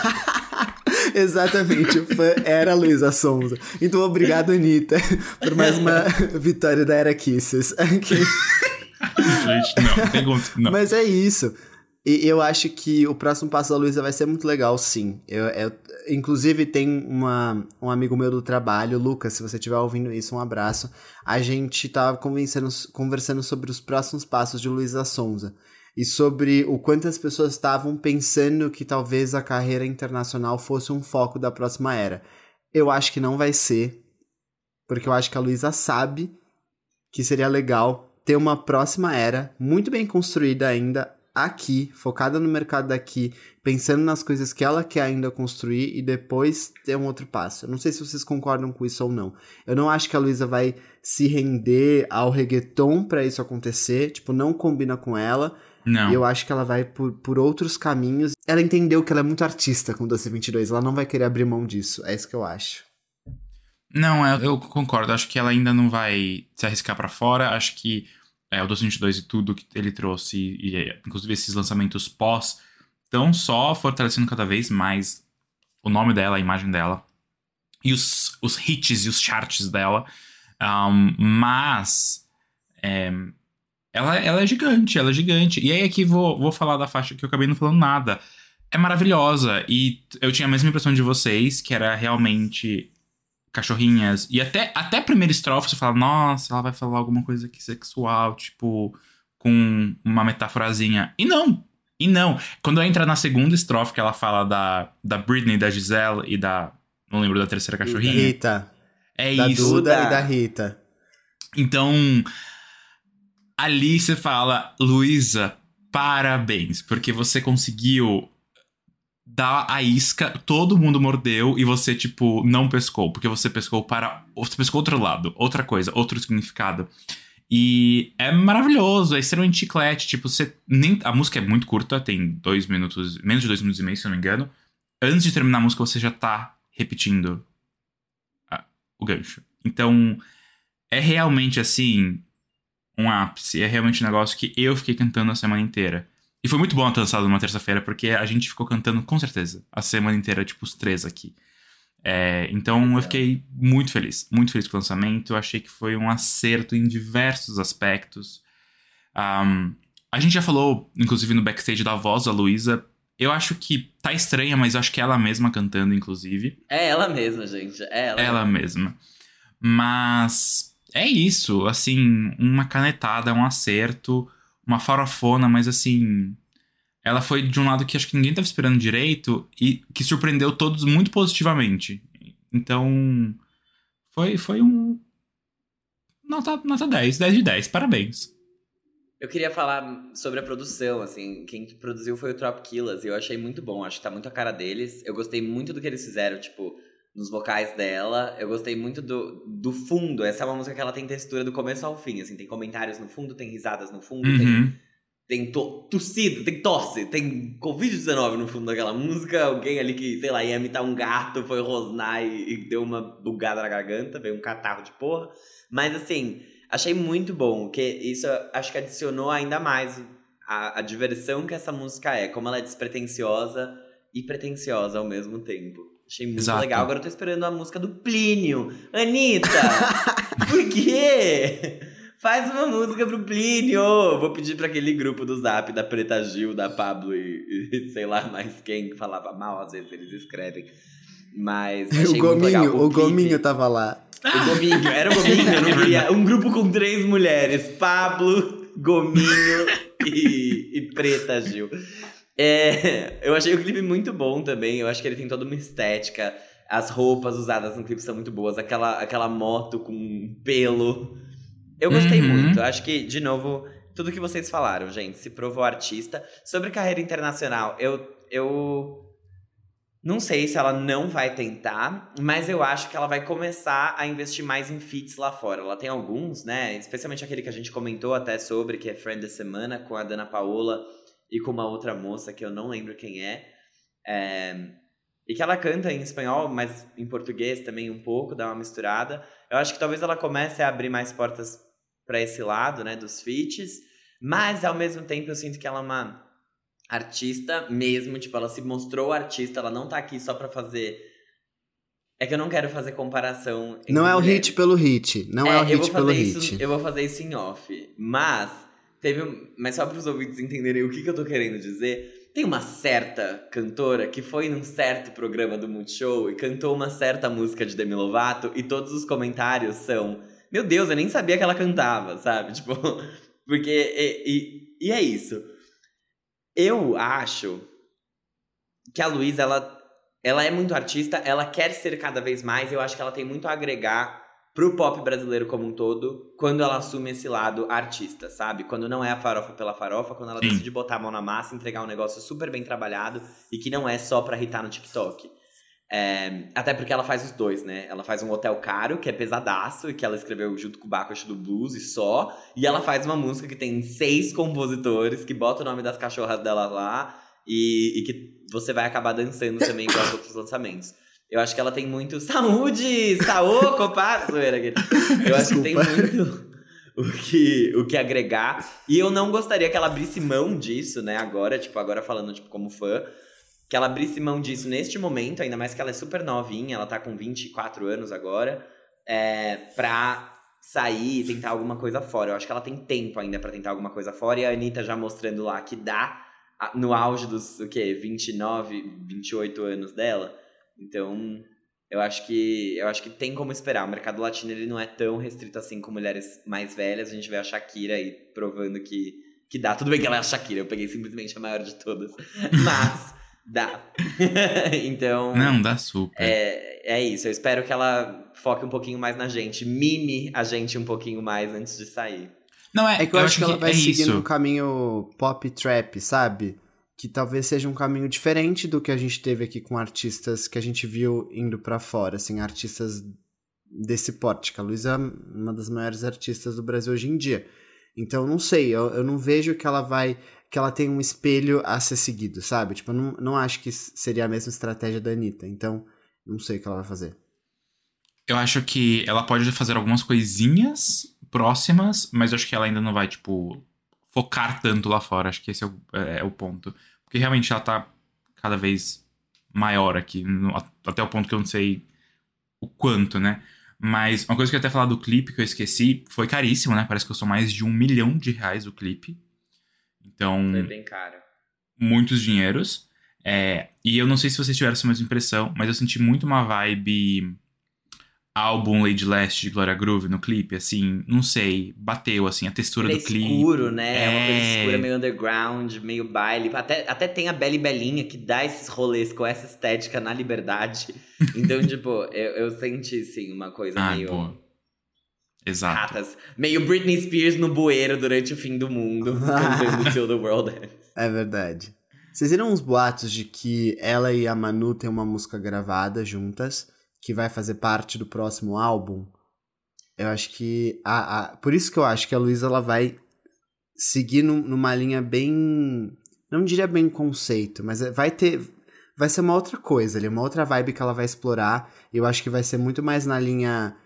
Exatamente, o fã era a Luísa Sonza. Então, obrigado, Anitta, por mais uma vitória da Era Kisses. Aqui. Gente, não, tem como... Não. Mas é isso. E eu acho que o próximo passo da Luísa vai ser muito legal, sim. Eu, eu- inclusive, tem uma, um amigo meu do trabalho, Lucas, se você estiver ouvindo isso, um abraço. A gente tava conversando, conversando sobre os próximos passos de Luísa Sonza. E sobre o quanto as pessoas estavam pensando que talvez a carreira internacional fosse um foco da próxima era. Eu acho que não vai ser, porque eu acho que a Luísa sabe que seria legal ter uma próxima era muito bem construída ainda aqui, focada no mercado daqui, pensando nas coisas que ela quer ainda construir e depois ter um outro passo. Eu não sei se vocês concordam com isso ou não. Eu não acho que a Luísa vai se render ao reggaeton pra isso acontecer, tipo, não combina com ela. Não. E eu acho que ela vai por, por outros caminhos. Ela entendeu que ela é muito artista com o Doce vinte e dois, ela não vai querer abrir mão disso. É isso que eu acho. Não, eu, eu concordo. Acho que ela ainda não vai se arriscar pra fora. Acho que é, o Doce vinte e dois e tudo que ele trouxe, e, e inclusive esses lançamentos pós, estão só fortalecendo cada vez mais o nome dela, a imagem dela, e os, os hits e os charts dela. Um, mas é, ela, ela é gigante, ela é gigante. E aí aqui vou, vou falar da faixa que eu acabei não falando nada. É maravilhosa. E eu tinha a mesma impressão de vocês, que era realmente cachorrinhas. E até, até a primeira estrofe você fala, nossa, ela vai falar alguma coisa aqui sexual, tipo, com uma metáforazinha. E não, e não. Quando entra na segunda estrofe, que ela fala da, da Britney, da Giselle e da... Não lembro da terceira cachorrinha. Rita. É Da isso. Duda Duda. e da Rita. Então, ali você fala, Luísa, parabéns, porque você conseguiu dar a isca, todo mundo mordeu e você, tipo, não pescou, porque você pescou para... Você pescou outro lado, outra coisa, outro significado. E é maravilhoso, é extremamente chiclete, tipo, você... Nem, a música é muito curta, tem dois minutos, menos de dois minutos e meio, se eu não me engano. Antes de terminar a música, você já tá repetindo a- o gancho. Então, é realmente, assim, um ápice. É realmente um negócio que eu fiquei cantando a semana inteira. E foi muito bom ter lançado numa terça-feira, porque a gente ficou cantando, com certeza, a semana inteira, tipo, os três aqui. É, então, eu fiquei muito feliz. Muito feliz com o lançamento. Eu achei que foi um acerto em diversos aspectos. Um, a gente já falou, inclusive, no backstage da voz da Luísa. Eu acho que tá estranha, mas eu acho que é ela mesma cantando, inclusive. É ela mesma, gente. É ela. Ela mesma. Mas é isso, assim, uma canetada, um acerto, uma farofona, mas assim, ela foi de um lado que acho que ninguém tava esperando direito e que surpreendeu todos muito positivamente. Então, Foi, foi um... Nota, nota dez, dez de dez, parabéns. Eu queria falar sobre a produção, assim, quem produziu foi o Trop Killers, e eu achei muito bom, acho que tá muito a cara deles. Eu gostei muito do que eles fizeram, tipo, nos vocais dela. Eu gostei muito do, do fundo, essa é uma música que ela tem textura do começo ao fim, assim, tem comentários no fundo, tem risadas no fundo, Uhum. tem, tem to, tossido, tem tosse, tem covid dezenove no fundo daquela música, alguém ali que, sei lá, ia imitar um gato, foi rosnar e, e deu uma bugada na garganta, veio um catarro de porra. Mas, assim... Achei muito bom, que isso acho que adicionou ainda mais a, a diversão que essa música é. Como ela é despretensiosa e pretensiosa ao mesmo tempo. Achei muito Exato. legal. Agora eu tô esperando a música do Plínio. Anitta, por quê? Faz uma música pro Plínio. Vou pedir pra aquele grupo do Zap, da Preta Gil, da Pablo e, e sei lá mais quem, que falava mal, às vezes eles escrevem. Mas achei o muito Gominho, legal. o, o clipe, Gominho tava lá. O Gominho, era o Gominho, eu não queria. Um grupo com três mulheres: Pablo, Gominho e, e Preta Gil. É, eu achei o clipe muito bom também. Eu acho que ele tem toda uma estética. As roupas usadas no clipe são muito boas. Aquela, aquela moto com pelo. Eu gostei Uhum. muito. Acho que, de novo, tudo que vocês falaram, gente, se provou artista. Sobre carreira internacional, eu. eu não sei se ela não vai tentar, mas eu acho que ela vai começar a investir mais em feats lá fora. Ela tem alguns, né? Especialmente aquele que a gente comentou até sobre, que é Friend da Semana, com a Dana Paola e com uma outra moça que eu não lembro quem é. é. E que ela canta em espanhol, mas em português também um pouco, dá uma misturada. Eu acho que talvez ela comece a abrir mais portas pra esse lado, né, dos feats. Mas, ao mesmo tempo, eu sinto que ela é uma... artista mesmo, tipo, ela se mostrou artista, ela não tá aqui só pra fazer... É que eu não quero fazer comparação entre Não é o mulheres. hit pelo hit, não é, É, o eu hit vou pelo fazer isso, hit. eu vou fazer isso em off, mas teve um, mas só para os ouvintes entenderem o que, que eu tô querendo dizer, tem uma certa cantora que foi num certo programa do Multishow e cantou uma certa música de Demi Lovato e todos os comentários são: meu Deus, eu nem sabia que ela cantava, sabe? Tipo, porque e, e, e é isso. Eu acho que a Luísa, ela, ela é muito artista, ela quer ser cada vez mais, eu acho que ela tem muito a agregar pro pop brasileiro como um todo, quando ela assume esse lado artista, sabe? Quando não é a farofa pela farofa, quando ela Sim. decide botar a mão na massa, entregar um negócio super bem trabalhado e que não é só pra hitar no TikTok. É, até porque ela faz os dois, né? Ela faz um Hotel Caro, que é pesadaço, e que ela escreveu junto com o Bacchus do Blues e só. E ela faz uma música que tem seis compositores, que bota o nome das cachorras dela lá, e, e que você vai acabar dançando também com os outros lançamentos. Eu acho que ela tem muito... Saúde! Saô, para! Zoeira, aquele. Eu acho que tem muito o que, o que agregar. E eu não gostaria que ela abrisse mão disso, né? Agora, tipo, agora falando tipo, como fã. Que ela abrisse mão disso neste momento, ainda mais que ela é super novinha, ela tá com vinte e quatro anos agora, é, pra sair e tentar alguma coisa fora. Eu acho que ela tem tempo ainda pra tentar alguma coisa fora, e a Anitta já mostrando lá que dá no auge dos, o quê, vinte e nove, vinte e oito anos dela. Então, eu acho que eu acho que tem como esperar. O mercado latino, ele não é tão restrito assim com mulheres mais velhas. A gente vê a Shakira aí provando que, que dá. Tudo bem que ela é a Shakira, eu peguei simplesmente a maior de todas. Mas... dá. Então... Não, dá super. É, é isso. Eu espero que ela foque um pouquinho mais na gente. Mime a gente um pouquinho mais antes de sair. Não, é, É que eu, eu acho que ela vai é seguir isso. num caminho pop trap, sabe? Que talvez seja um caminho diferente do que a gente teve aqui com artistas que a gente viu indo pra fora, assim, artistas desse porte. Que a Luísa é uma das maiores artistas do Brasil hoje em dia. Então, não sei, eu, eu não vejo que ela vai... que ela tem um espelho a ser seguido, sabe? Tipo, eu não, não acho que seria a mesma estratégia da Anitta. Então, não sei o que ela vai fazer. Eu acho que ela pode fazer algumas coisinhas próximas, mas eu acho que ela ainda não vai, tipo, focar tanto lá fora. Acho que esse é o, é, é o ponto. Porque realmente ela tá cada vez maior aqui, no, até o ponto que eu não sei o quanto, né? Mas uma coisa que eu ia até falar do clipe que eu esqueci, foi caríssimo, né? Parece que custou mais de um milhão de reais o clipe. Então, Foi bem caro. muitos dinheiros. É, e eu não sei se vocês tiveram essa mesma impressão, mas eu senti muito uma vibe álbum Lady Last de Gloria Groove no clipe, assim, não sei, bateu, assim, a textura Ele é do clipe. escuro, né? É uma coisa É. escura, meio underground, meio baile. Até, até tem a Belly Belinha, que dá esses rolês com essa estética na Liberdade. Então, tipo, eu, eu senti, sim, uma coisa Ah, meio... boa. Exato. Ratas. Meio Britney Spears no bueiro durante o fim do mundo, cantando Till the World Ends. É verdade. Vocês viram uns boatos de que ela e a Manu têm uma música gravada juntas, que vai fazer parte do próximo álbum? Eu acho que... A, a, por isso que eu acho que a Luísa ela vai seguir num, numa linha bem... Não diria bem conceito, mas vai ter... Vai ser uma outra coisa ali, uma outra vibe que ela vai explorar. E eu acho que vai ser muito mais na linha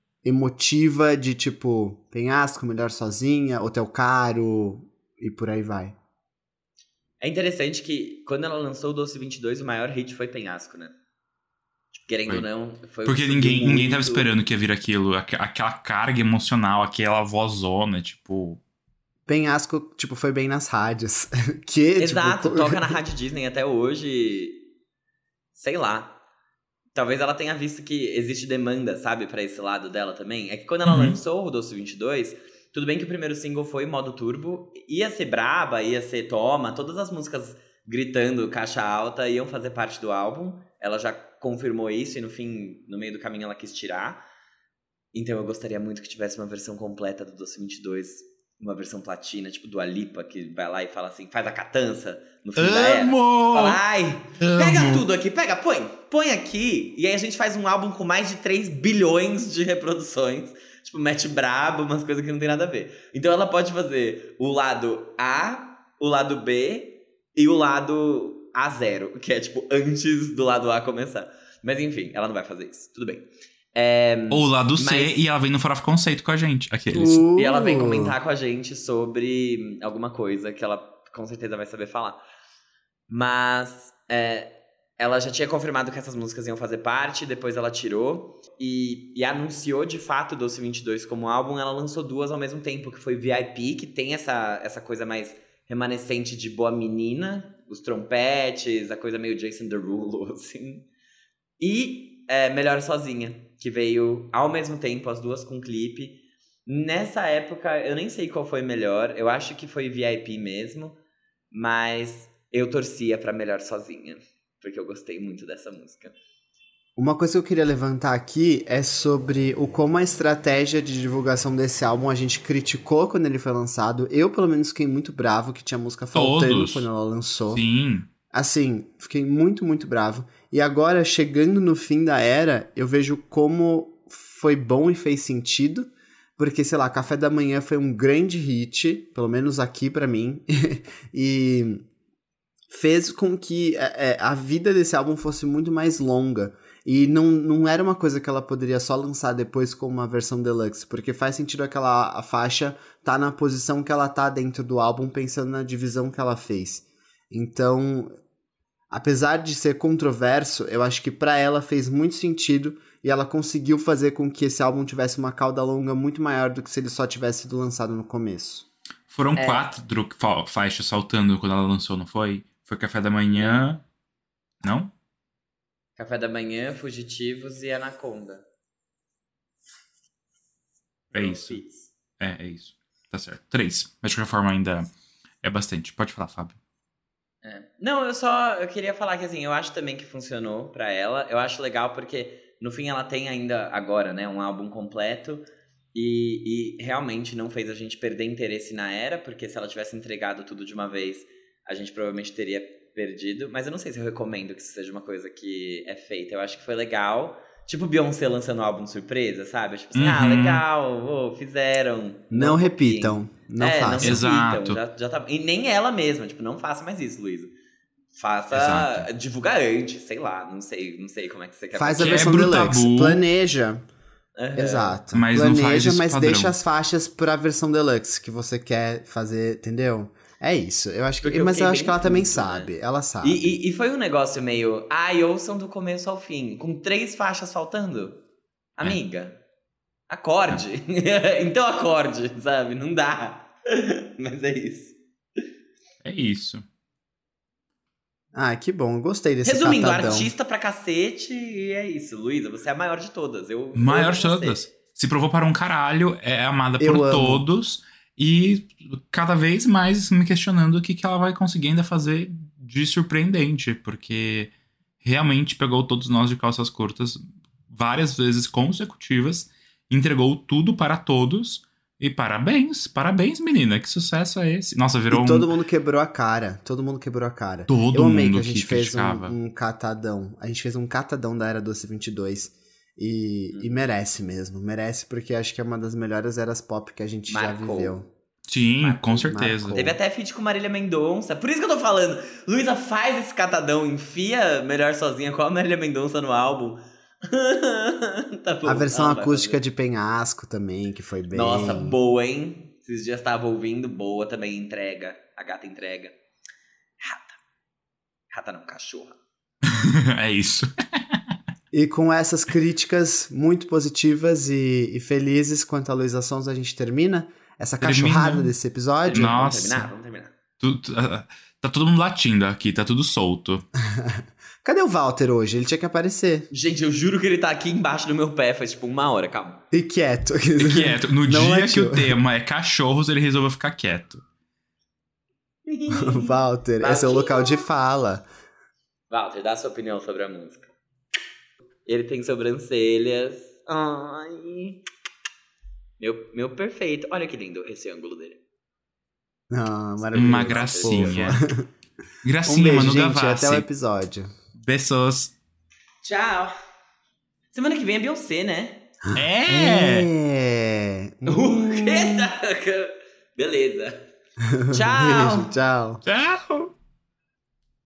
emotiva de, tipo, Penhasco, Melhor Sozinha, Hotel Caro e por aí vai. É interessante que, quando ela lançou o Doce vinte e dois, o maior hit foi Penhasco, né? Tipo, querendo Foi. ou não, foi Porque subiu ninguém, ninguém tava muito. esperando que ia vir aquilo, aqu- aquela carga emocional, aquela vozona, tipo... Penhasco, tipo, foi bem nas rádios. que, Exato, tipo... toca na Rádio Disney até hoje. Sei lá. Talvez ela tenha visto que existe demanda, sabe, pra esse lado dela também. É que quando ela Uhum. lançou o Doce vinte e dois, tudo bem que o primeiro single foi modo turbo, ia ser Braba, ia ser Toma, todas as músicas gritando caixa alta iam fazer parte do álbum. Ela já confirmou isso e no fim, no meio do caminho, ela quis tirar. Então eu gostaria muito que tivesse uma versão completa do Doce vinte e dois, uma versão platina, tipo Dua Lipa, que vai lá e fala assim, faz a catança no fim da era. Amo! Fala, ai, Amo! pega tudo aqui, pega, põe, põe aqui. E aí a gente faz um álbum com mais de três bilhões de reproduções. Tipo, mete brabo, umas coisas que não tem nada a ver. Então ela pode fazer o lado A, o lado B e o lado A zero, que é tipo antes do lado A começar. Mas enfim, ela não vai fazer isso, tudo bem. É, Ou lá do C, mas- e ela vem no Farofa Conceito com a gente, aqueles. Uh, E ela vem comentar com a gente sobre alguma coisa que ela com certeza vai saber falar. Mas é, ela já tinha confirmado que essas músicas iam fazer parte, depois ela tirou e, e anunciou de fato o Doce vinte e dois como álbum. Ela lançou duas ao mesmo tempo, que foi V I P, que tem essa, essa coisa mais remanescente de boa menina, os trompetes, a coisa meio Jason Derulo, assim. E é, Melhor Sozinha, que veio ao mesmo tempo, as duas com clipe. Nessa época, eu nem sei qual foi melhor. Eu acho que foi V I P mesmo. Mas eu torcia pra Melhor Sozinha. Porque eu gostei muito dessa música. Uma coisa que eu queria levantar aqui é sobre o como a estratégia de divulgação desse álbum a gente criticou quando ele foi lançado. Eu, pelo menos, fiquei muito bravo que tinha música faltando Todos. quando ela lançou. Sim. Assim, fiquei muito, muito bravo. E agora, chegando no fim da era, eu vejo como foi bom e fez sentido. Porque, sei lá, Café da Manhã foi um grande hit, pelo menos aqui pra mim. E fez com que é, a vida desse álbum fosse muito mais longa. E não, não era uma coisa que ela poderia só lançar depois com uma versão deluxe. Porque faz sentido aquela a faixa tá na posição que ela tá dentro do álbum, pensando na divisão que ela fez. Então, apesar de ser controverso, eu acho que pra ela fez muito sentido e ela conseguiu fazer com que esse álbum tivesse uma cauda longa muito maior do que se ele só tivesse sido lançado no começo. Foram É. quatro fa- faixas saltando quando ela lançou, não foi? Foi Café da Manhã. Não? Café da Manhã, Fugitivos e Anaconda. É isso. É, é isso. Tá certo. Três. Mas de qualquer forma ainda é bastante. Pode falar, Fábio. É. Não, eu só eu queria falar que assim, eu acho também que funcionou pra ela. Eu acho legal porque no fim ela tem ainda agora, né, um álbum completo e, e realmente não fez a gente perder interesse na era, porque se ela tivesse entregado tudo de uma vez, a gente provavelmente teria perdido. Mas eu não sei se eu recomendo que isso seja uma coisa que é feita. Eu acho que foi legal. Tipo Beyoncé lançando um álbum surpresa, sabe? Tipo assim, Uhum. ah, legal, oh, fizeram. Não, copiem. repitam. Não é, façam. Não Exato. repitam, já, já tá... E nem ela mesma, tipo, não faça mais isso, Luísa. Faça, Exato. divulga antes, sei lá, não sei, não sei como é que você quer Faz a fazer. versão Quebra o deluxe. tabu. Planeja. Aham. Exato. Mas não Planeja, faz esse mas padrão. deixa as faixas pra versão deluxe que você quer fazer, entendeu? É isso. Eu acho que, Porque eu mas eu fiquei acho que bem ela também puto, sabe. né? Ela sabe. E, e, e foi um negócio meio, ai, ouçam do começo ao fim, com três faixas faltando. Amiga, acorde. Então acorde, sabe? Não dá. Mas é isso. É isso. Ah, que bom. Gostei desse Resumindo, catadão. artista pra cacete e é isso. Luísa, você é a maior de todas. Eu, Maior eu de amo você. todas. Se provou para um caralho, é amada Eu por amo. todos. E cada vez mais me questionando o que, que ela vai conseguir ainda fazer de surpreendente. Porque realmente pegou todos nós de calças curtas várias vezes consecutivas. Entregou tudo para todos. E parabéns, parabéns, menina. Que sucesso é esse? Nossa, virou E todo um... mundo quebrou a cara. Todo mundo quebrou a cara. Todo Eu amei mundo que a gente que fez criticava. um, um catadão. A gente fez um catadão da Era Doce vinte e dois. E, Hum. e merece mesmo. Merece porque acho que é uma das melhores eras pop que a gente já Marcou. viveu. Sim, Marcou, com certeza. marcou. Teve até feat com Marília Mendonça. Por isso que eu tô falando. Luísa, faz esse catadão. Enfia Melhor Sozinha com a Marília Mendonça no álbum. Tá bom, A versão ela vai acústica fazer. de Penhasco também, que foi bem... Nossa, boa, hein? Esses dias tava ouvindo. Boa também, entrega. A gata entrega. Rata. Rata não, cachorra. É isso. E com essas críticas muito positivas e, e felizes quanto a Luísa Sons, a gente termina essa Termina. cachorrada desse episódio. Não. Vamos Nossa. terminar? Vamos terminar. Tu- tu- ah, tá todo mundo latindo aqui, tá tudo solto. Cadê o Walter hoje? Ele tinha que aparecer. Gente, eu juro que ele tá aqui embaixo do meu pé faz tipo uma hora, calma. E quieto. Quieto. No Não dia latiu. que o tema é cachorros, ele resolveu ficar quieto. Walter, esse é o local de fala. Walter, dá a sua opinião sobre a música. Ele tem sobrancelhas. Ai. Meu, meu perfeito. Olha que lindo esse ângulo dele. Ah, maravilhoso. Uma gracinha. Fofo. Um Gracinha, beijo, Manu gente. Gavassi. Até o episódio. Beijos. Tchau. Semana que vem é Beyoncé, né? É! É. O quê? Beleza. Tchau. Beijo, tchau. Tchau.